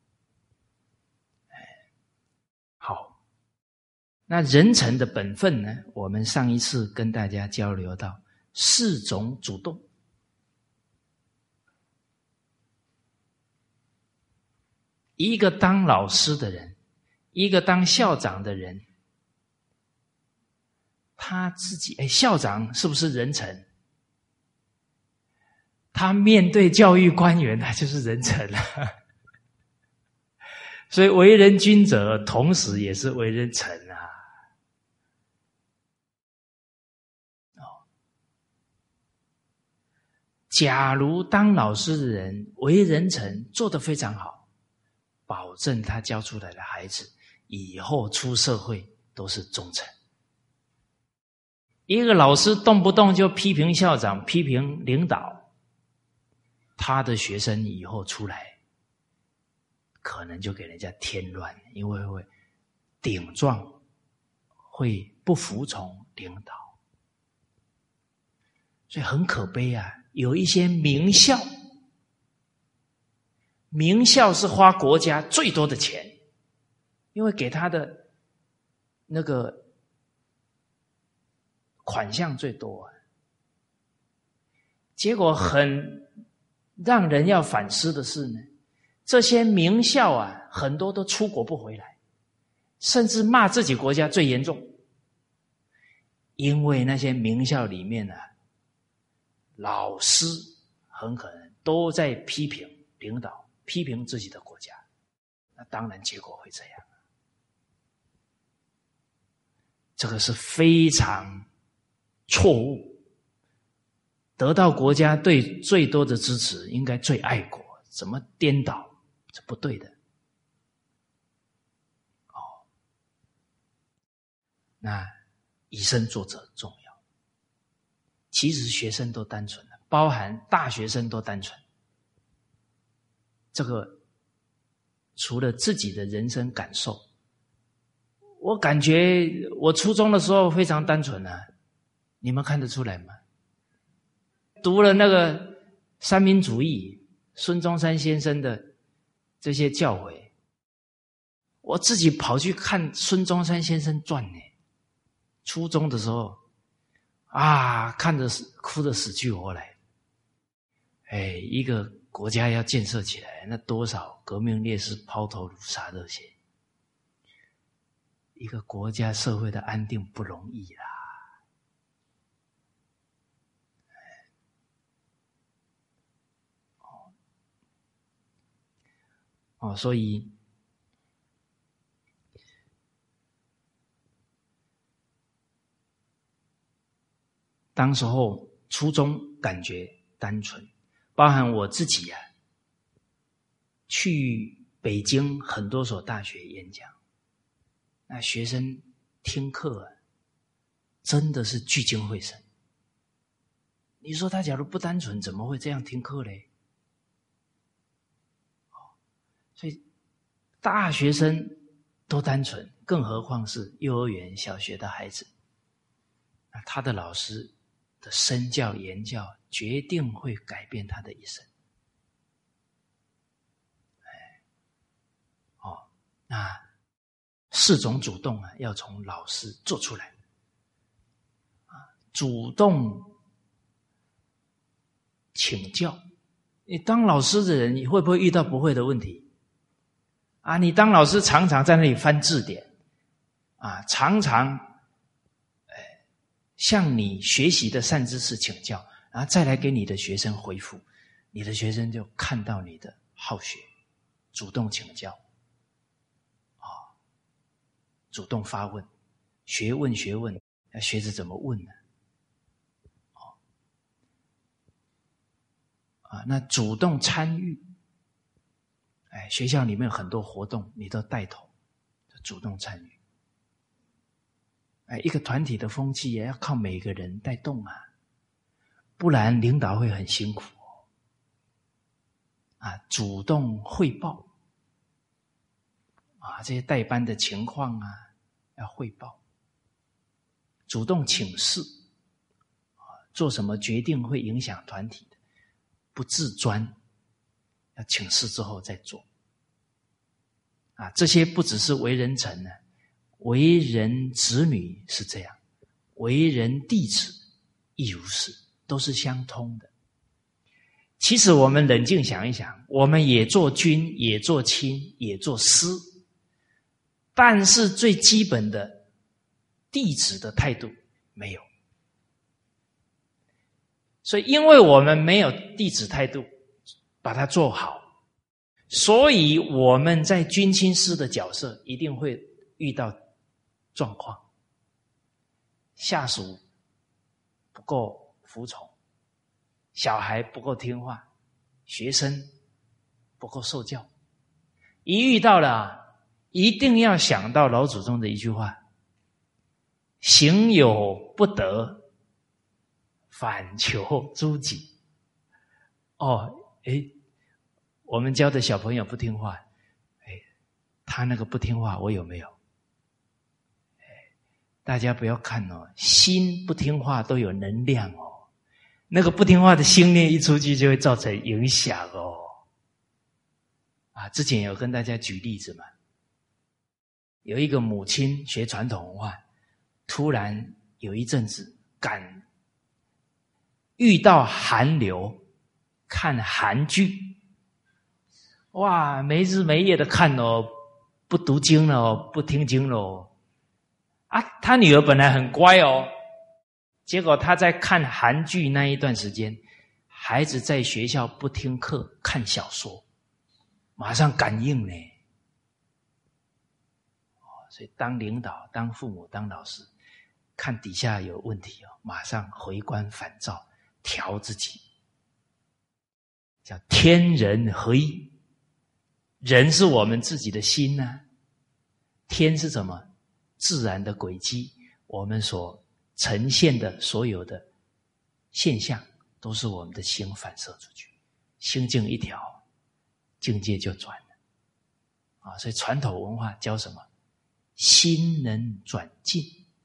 好，那人臣的本分呢？我们上一次跟大家交流到4种主动。一个当老师的人，一个当校长的人，他自己校长是不是人臣？他面对教育官员，他就是人臣了。所以为人君者，同时也是为人臣啊。假如当老师的人为人臣做得非常好，保证他教出来的孩子以后出社会都是忠臣。一个老师动不动就批评校长、批评领导，他的学生以后出来可能就给人家添乱，因为会顶撞，会不服从领导。所以很可悲啊，有一些名校，名校是花国家最多的钱，因为给他的那个款项最多啊。结果很让人要反思的是呢，这些名校啊，很多都出国不回来，甚至骂自己国家最严重。因为那些名校里面啊，老师很可能都在批评领导，批评自己的国家，那当然结果会这样。这个是非常错误。得到国家对最多的支持，应该最爱国，怎么颠倒？这不对的。那以身作则重要。其实学生都单纯了，包含大学生都单纯。这个除了自己的人生感受，我感觉我初中的时候非常单纯啊，你们看得出来吗？读了那个三民主义，孙中山先生的这些教诲，我自己跑去看孙中山先生传呢。初中的时候啊，看着哭得死去活来。一个国家要建设起来，那多少革命烈士抛头颅洒热血，一个国家社会的安定不容易啦。所以当时候初中感觉单纯，包含我自己啊，去北京很多所大学演讲，那学生听课啊，真的是聚精会神。你说他假如不单纯，怎么会这样听课嘞？所以大学生都单纯，更何况是幼儿园、小学的孩子，那他的老师的身教言教决定会改变他的一生。那4种主动啊，要从老师做出来。主动请教，你当老师的人，你会不会遇到不会的问题？你当老师常常在那里翻字典，常常向你学习的善知识请教，然后再来给你的学生回复，你的学生就看到你的好学，主动请教，主动发问，学问，要学着怎么问呢？那主动参与，学校里面有很多活动，你都带头， 主动参与。一个团体的风气也要靠每个人带动啊，不然领导会很辛苦主动汇报这些代班的情况要汇报，主动请示做什么决定会影响团体的，不自专，要请示之后再做这些不只是为人臣呢，为人子女是这样，为人弟子亦如是，都是相通的。其实我们冷静想一想，我们也做君，也做亲，也做师，但是最基本的弟子的态度没有。所以因为我们没有弟子态度把它做好，所以我们在君亲师的角色一定会遇到状况，下属不够服从，小孩不够听话，学生不够受教。一遇到了一定要想到老祖宗的一句话，行有不得，反求诸己。我们教的小朋友不听话，他那个不听话我有没有？大家不要看心不听话都有能量那个不听话的心念一出去就会造成影响之前有跟大家举例子嘛，有一个母亲学传统文化，突然有一阵子遇到韩流，看韩剧，哇，没日没夜的看不读经了不听经了他女儿本来很乖结果他在看韩剧那一段时间，孩子在学校不听课看小说，马上感应呢。所以当领导、当父母、当老师，看底下有问题马上回光返照，调自己，叫天人合一。人是我们自己的心天是什么？自然的轨迹，我们所呈现的所有的现象都是我们的心反射出去，心境一调，境界就转了所以传统文化教什么？心能转境，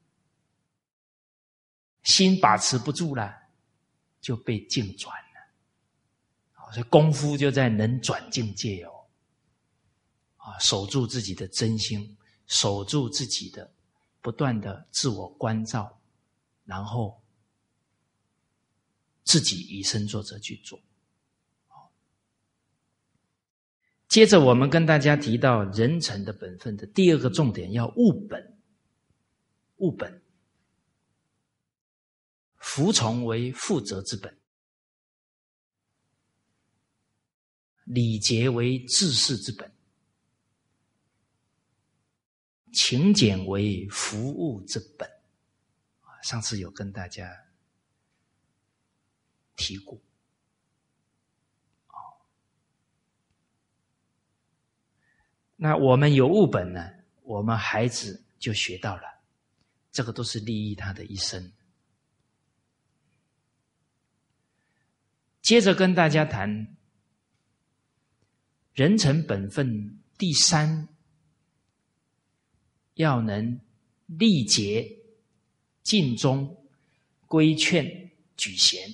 心把持不住了就被境转了所以功夫就在能转境界守住自己的真心，守住自己的不断的自我关照，然后自己以身作则去做。接着我们跟大家提到人臣的本分的第二个重点，要务本。务本，服从为负责之本，礼节为治世之本，勤俭为服务之本。上次有跟大家提过那我们有务本呢，我们孩子就学到了，这个都是利益他的一生。接着跟大家谈人臣本分第三，要能力竭、尽忠、规劝、举贤。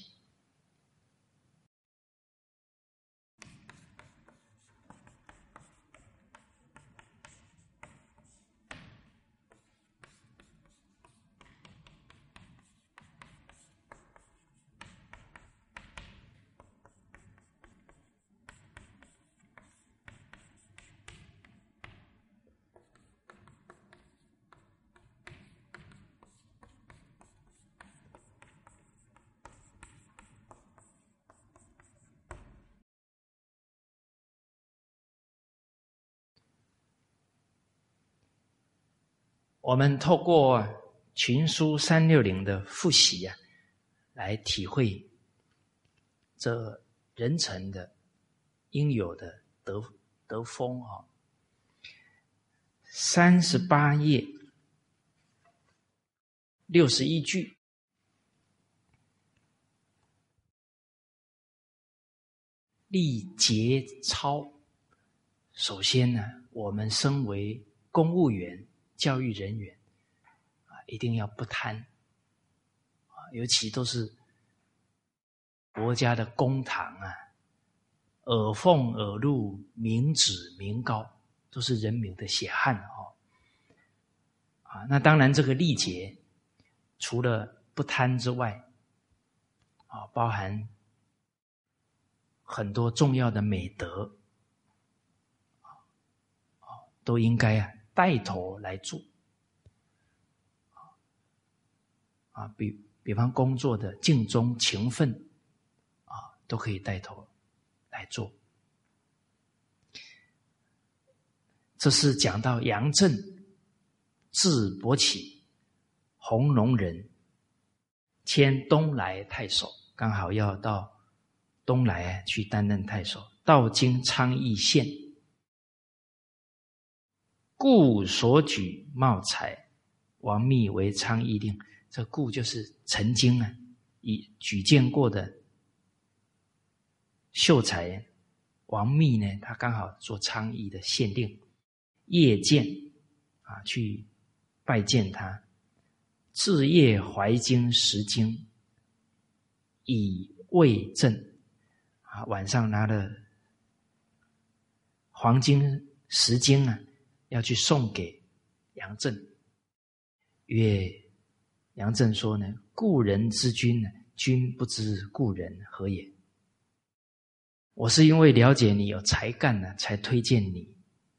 我们透过群书360的复习来体会这人臣的应有的德风 38页61句，立节操。首先呢，我们身为公务员、教育人员一定要不贪，尤其都是国家的公堂耳奉耳禄，民脂民膏，都是人民的血汗那当然这个历节除了不贪之外包含很多重要的美德都应该带头来做比方工作的尽忠勤奋都可以带头来做。这是讲到杨震，字伯起，弘农人，迁东莱太守，刚好要到东莱去担任太守，到今昌邑县。故所举茂才，王密为昌邑令。这故就是曾经以举荐过的秀才王密呢，他刚好做昌邑的县令，夜见去拜见他，至夜怀经10斤，以慰赠晚上拿了黄金10斤要去送给杨震。曰杨震说呢，故人之君君不知故人何也。我是因为了解你有才干才推荐你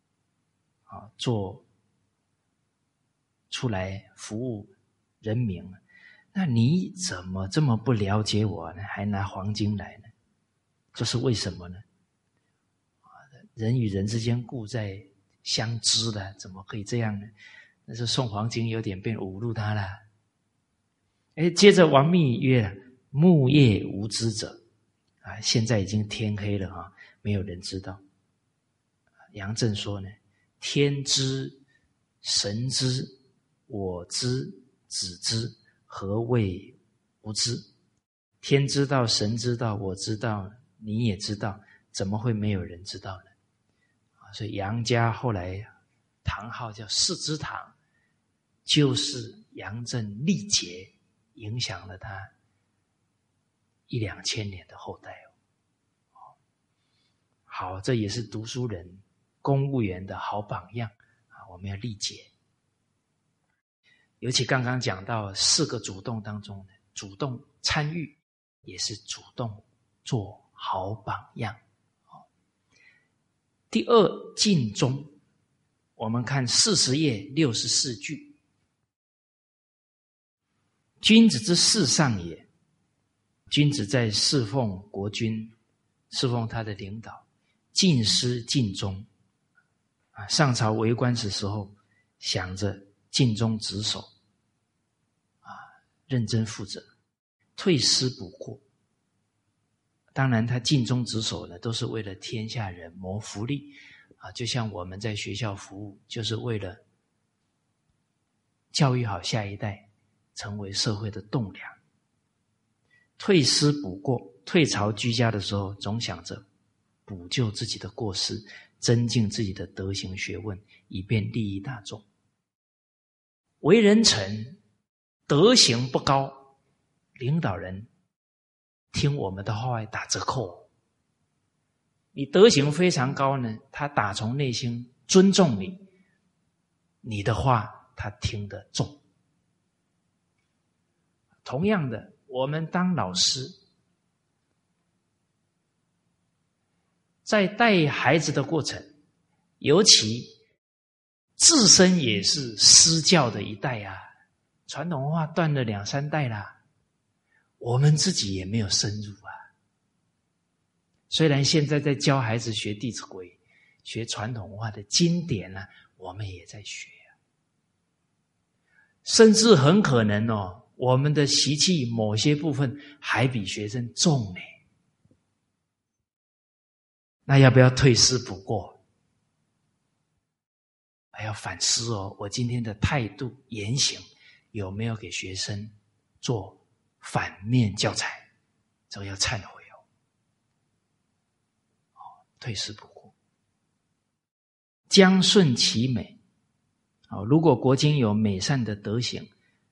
做出来服务人民，那你怎么这么不了解我呢？还拿黄金来呢？这是为什么呢？人与人之间故在相知的，怎么可以这样呢？那是送黄金有点变侮辱他了。接着王密曰：木叶无知者现在已经天黑了没有人知道。杨震说呢，天知神知我知子知，何谓无知？天知道神知道我知道你也知道，怎么会没有人知道呢？所以杨家后来堂号叫世之堂，就是杨震历节影响了他1-2千年的后代好，这也是读书人公务员的好榜样我们要历节。尤其刚刚讲到4个主动当中主动参与也是主动做好榜样。第2，尽忠。我们看40页64句，君子之事上也。君子在侍奉国君，侍奉他的领导，尽失尽忠上朝为官的时候想着尽忠职守认真负责，退失补过。当然他尽忠职守呢，都是为了天下人谋福利就像我们在学校服务，就是为了教育好下一代，成为社会的栋梁。退失补过，退朝居家的时候总想着补救自己的过失，增进自己的德行学问，以便利益大众。为人臣德行不高，领导人听我们的话会打折扣。你德行非常高呢，他打从内心尊重你，你的话他听得重。同样的，我们当老师，在带孩子的过程，尤其自身也是施教的一代传统文化断了2-3代啦，我们自己也没有深入虽然现在在教孩子学《弟子规》，学传统文化的经典我们也在学甚至很可能我们的习气某些部分还比学生重呢。那要不要退失补过？ 还要反思哦，我今天的态度言行有没有给学生做反面教材？这个要忏悔哦，退失不顾。将顺其美，如果国经有美善的德行、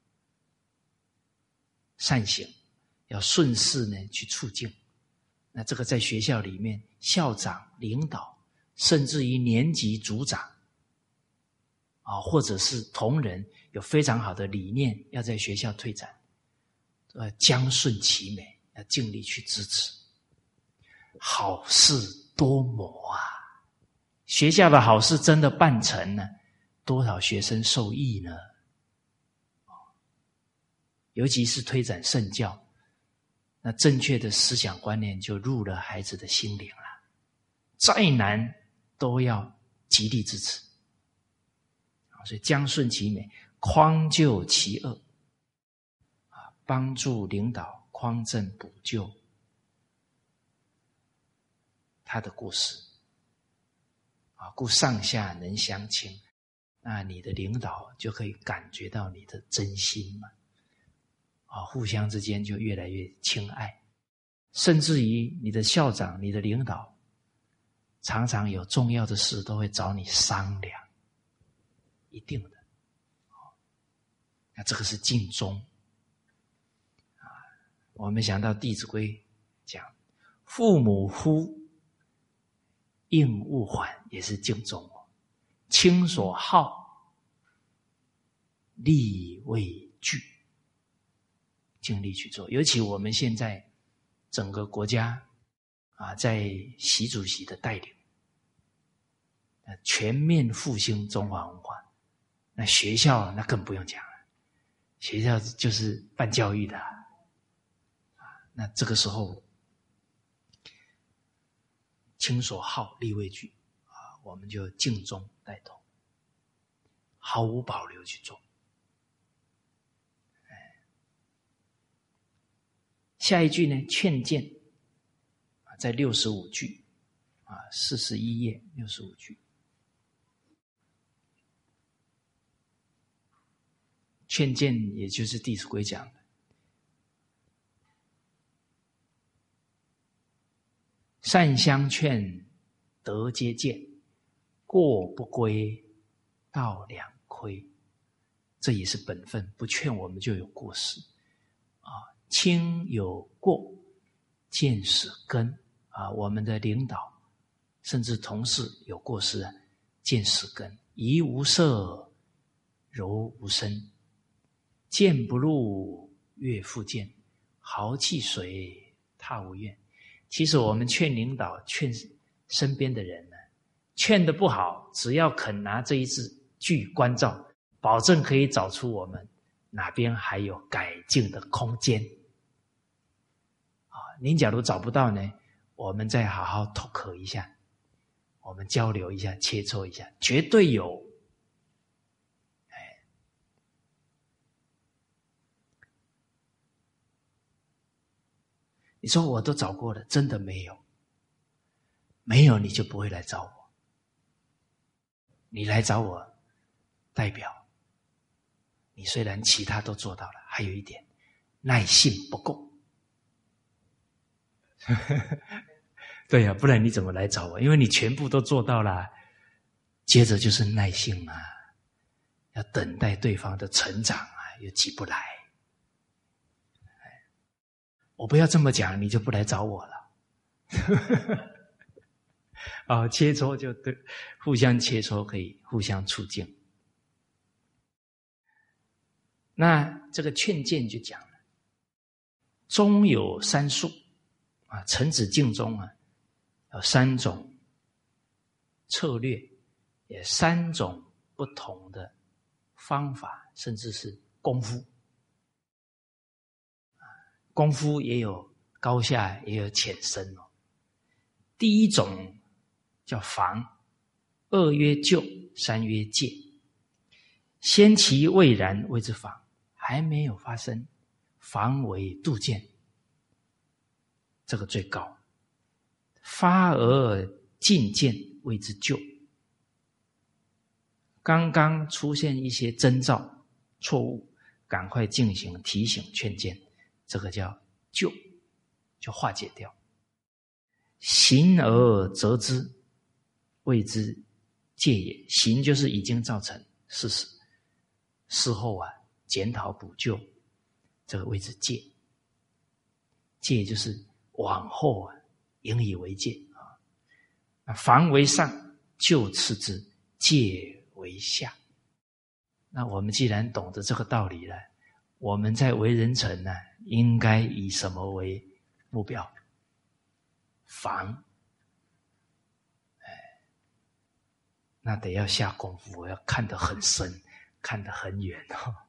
善行，要顺势呢去促进。那这个在学校里面，校长、领导，甚至于年级组长或者是同仁有非常好的理念要在学校推展，将顺其美，要尽力去支持。好事多磨啊，学校的好事真的办成了，多少学生受益呢？尤其是推展圣教，那正确的思想观念就入了孩子的心灵了，再难都要极力支持。所以将顺其美，匡救其恶，帮助领导匡正补救他的过失，故上下能相亲，那你的领导就可以感觉到你的真心嘛，互相之间就越来越亲爱，甚至于你的校长、你的领导，常常有重要的事都会找你商量，一定的。那这个是尽忠。我们想到《弟子规》讲父母呼，应勿缓，也是尽忠哦。亲所好，力为具，尽力去做。尤其我们现在整个国家在习主席的带领，全面复兴中华文化，那学校那更不用讲了，学校就是办教育的那这个时候亲所好，力为具我们就尽忠带头，毫无保留去做。下一句呢，劝谏在65句41页65句。劝谏也就是《弟子规》讲的，善相劝，德皆见，过不归，道两亏。这也是本分，不劝我们就有过失亲有过，见使根我们的领导甚至同事有过失见使根。怡无色，柔无声，谏不入，悦复谏，豪气随，踏无怨。其实我们劝领导、劝身边的人呢，劝得不好，只要肯拿这一句关照，保证可以找出我们哪边还有改进的空间。您假如找不到呢，我们再好好透壳一下，我们交流一下，切磋一下，绝对有。你说我都找过了，真的没有？没有你就不会来找我。你来找我，代表你虽然其他都做到了，还有一点耐性不够。对不然你怎么来找我？因为你全部都做到了，接着就是耐性要等待对方的成长又急不来。我不要这么讲，你就不来找我了。切磋就对，互相切磋可以互相促进。那这个劝谏就讲了，忠有三术臣子尽忠有3种策略，也3种不同的方法，甚至是功夫。功夫也有高下，也有浅深第一种叫防，2曰救，3曰戒。先其未然谓之防，还没有发生，防为杜渐，这个最高。发而进见谓之救， 刚刚出现一些征兆错误，赶快进行提醒劝谏，这个叫救，就化解掉。行而责之，谓之戒也。行就是已经造成事实，事后检讨补救，这个谓之戒。戒就是往后引以为戒防为上，就次之，戒为下。那我们既然懂得这个道理了，我们在为人臣呢，应该以什么为目标？防。那得要下功夫，我要看得很深，看得很远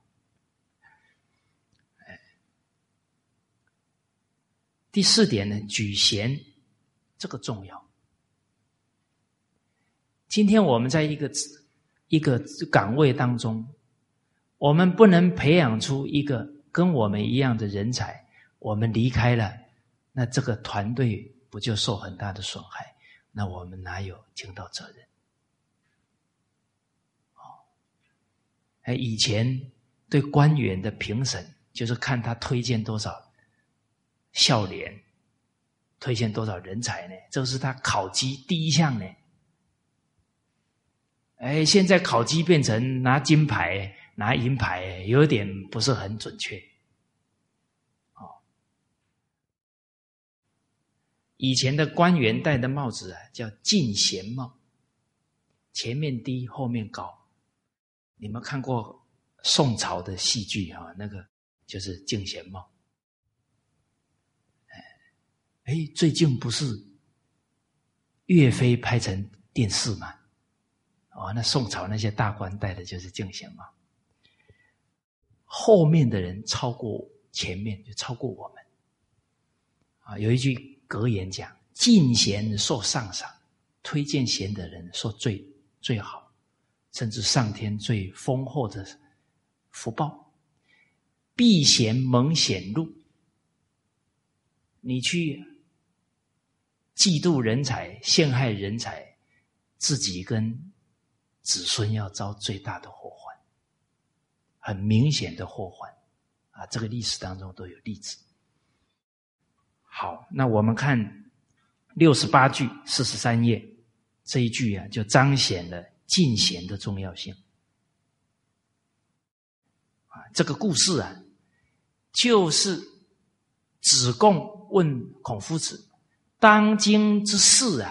第4点呢，举贤，这个重要。今天我们在一个岗位当中，我们不能培养出一个跟我们一样的人才，我们离开了，那这个团队不就受很大的损害？那我们哪有尽到责任？以前对官员的评审，就是看他推荐多少孝廉，推荐多少人才呢？这是他考绩第一项呢。现在考绩变成拿金牌、拿银牌，有点不是很准确。以前的官员戴的帽子叫进贤帽，前面低，后面高。你们看过宋朝的戏剧那个就是进贤帽。最近不是岳飞拍成电视吗？那宋朝那些大官戴的就是进贤帽。后面的人超过前面，就超过我们。有一句格言讲，进贤受上赏，推荐贤的人受最好，甚至上天最丰厚的福报。避贤蒙显禄，你去嫉妒人才、陷害人才，自己跟子孙要遭最大的祸患，很明显的祸患这个历史当中都有例子。好，那我们看68句43页这一句就彰显了进贤的重要性。这个故事就是子贡问孔夫子，当今之士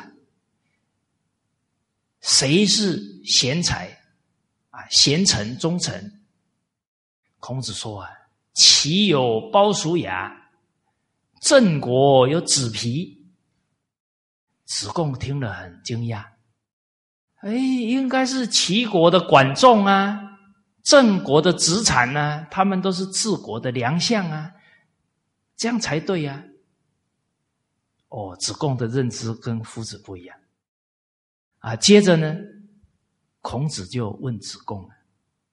谁是贤才贤臣忠臣？孔子说齐有鲍叔牙，郑国有子皮。子贡听了很惊讶，应该是齐国的管仲郑国的子产他们都是治国的良相这样才对子贡的认知跟夫子不一样接着呢，孔子就问子贡了，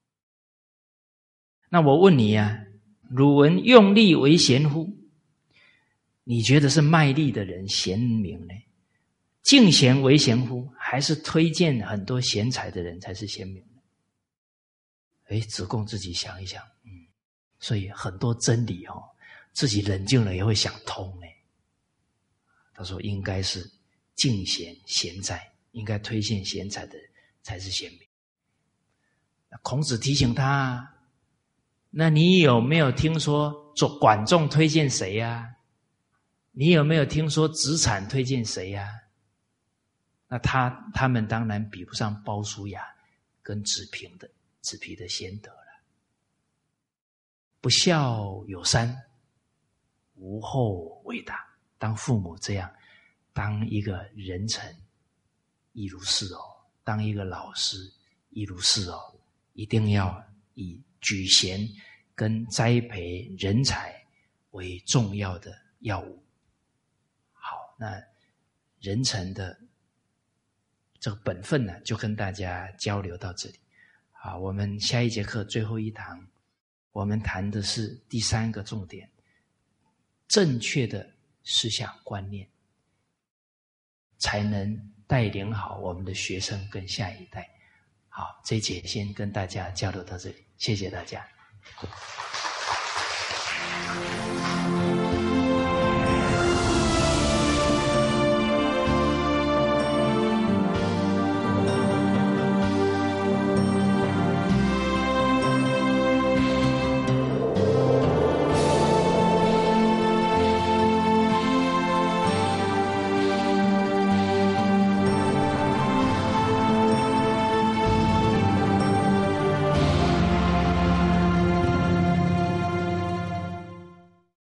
那我问你汝闻用力为贤乎？你觉得是卖力的人贤明呢？敬贤为贤乎？还是推荐很多贤才的人才是贤明呢？子贡自己想一想，所以很多真理自己冷静了也会想通呢。他说应该是敬贤贤才，应该推荐贤才的人才是贤明。孔子提醒他，那你有没有听说管仲推荐谁你有没有听说子产推荐谁那他们当然比不上鲍叔牙跟子皮的贤德了。不孝有三，无后为大。当父母这样，当一个人臣亦如是当一个老师亦如是一定要以举贤跟栽培人才为重要的要务。好，那人臣的这个本分就跟大家交流到这里。好，我们下一节课最后一堂，我们谈的是第3个重点，正确的思想观念，才能带领好我们的学生跟下一代。 好，这一节先跟大家交流到这里，谢谢大家。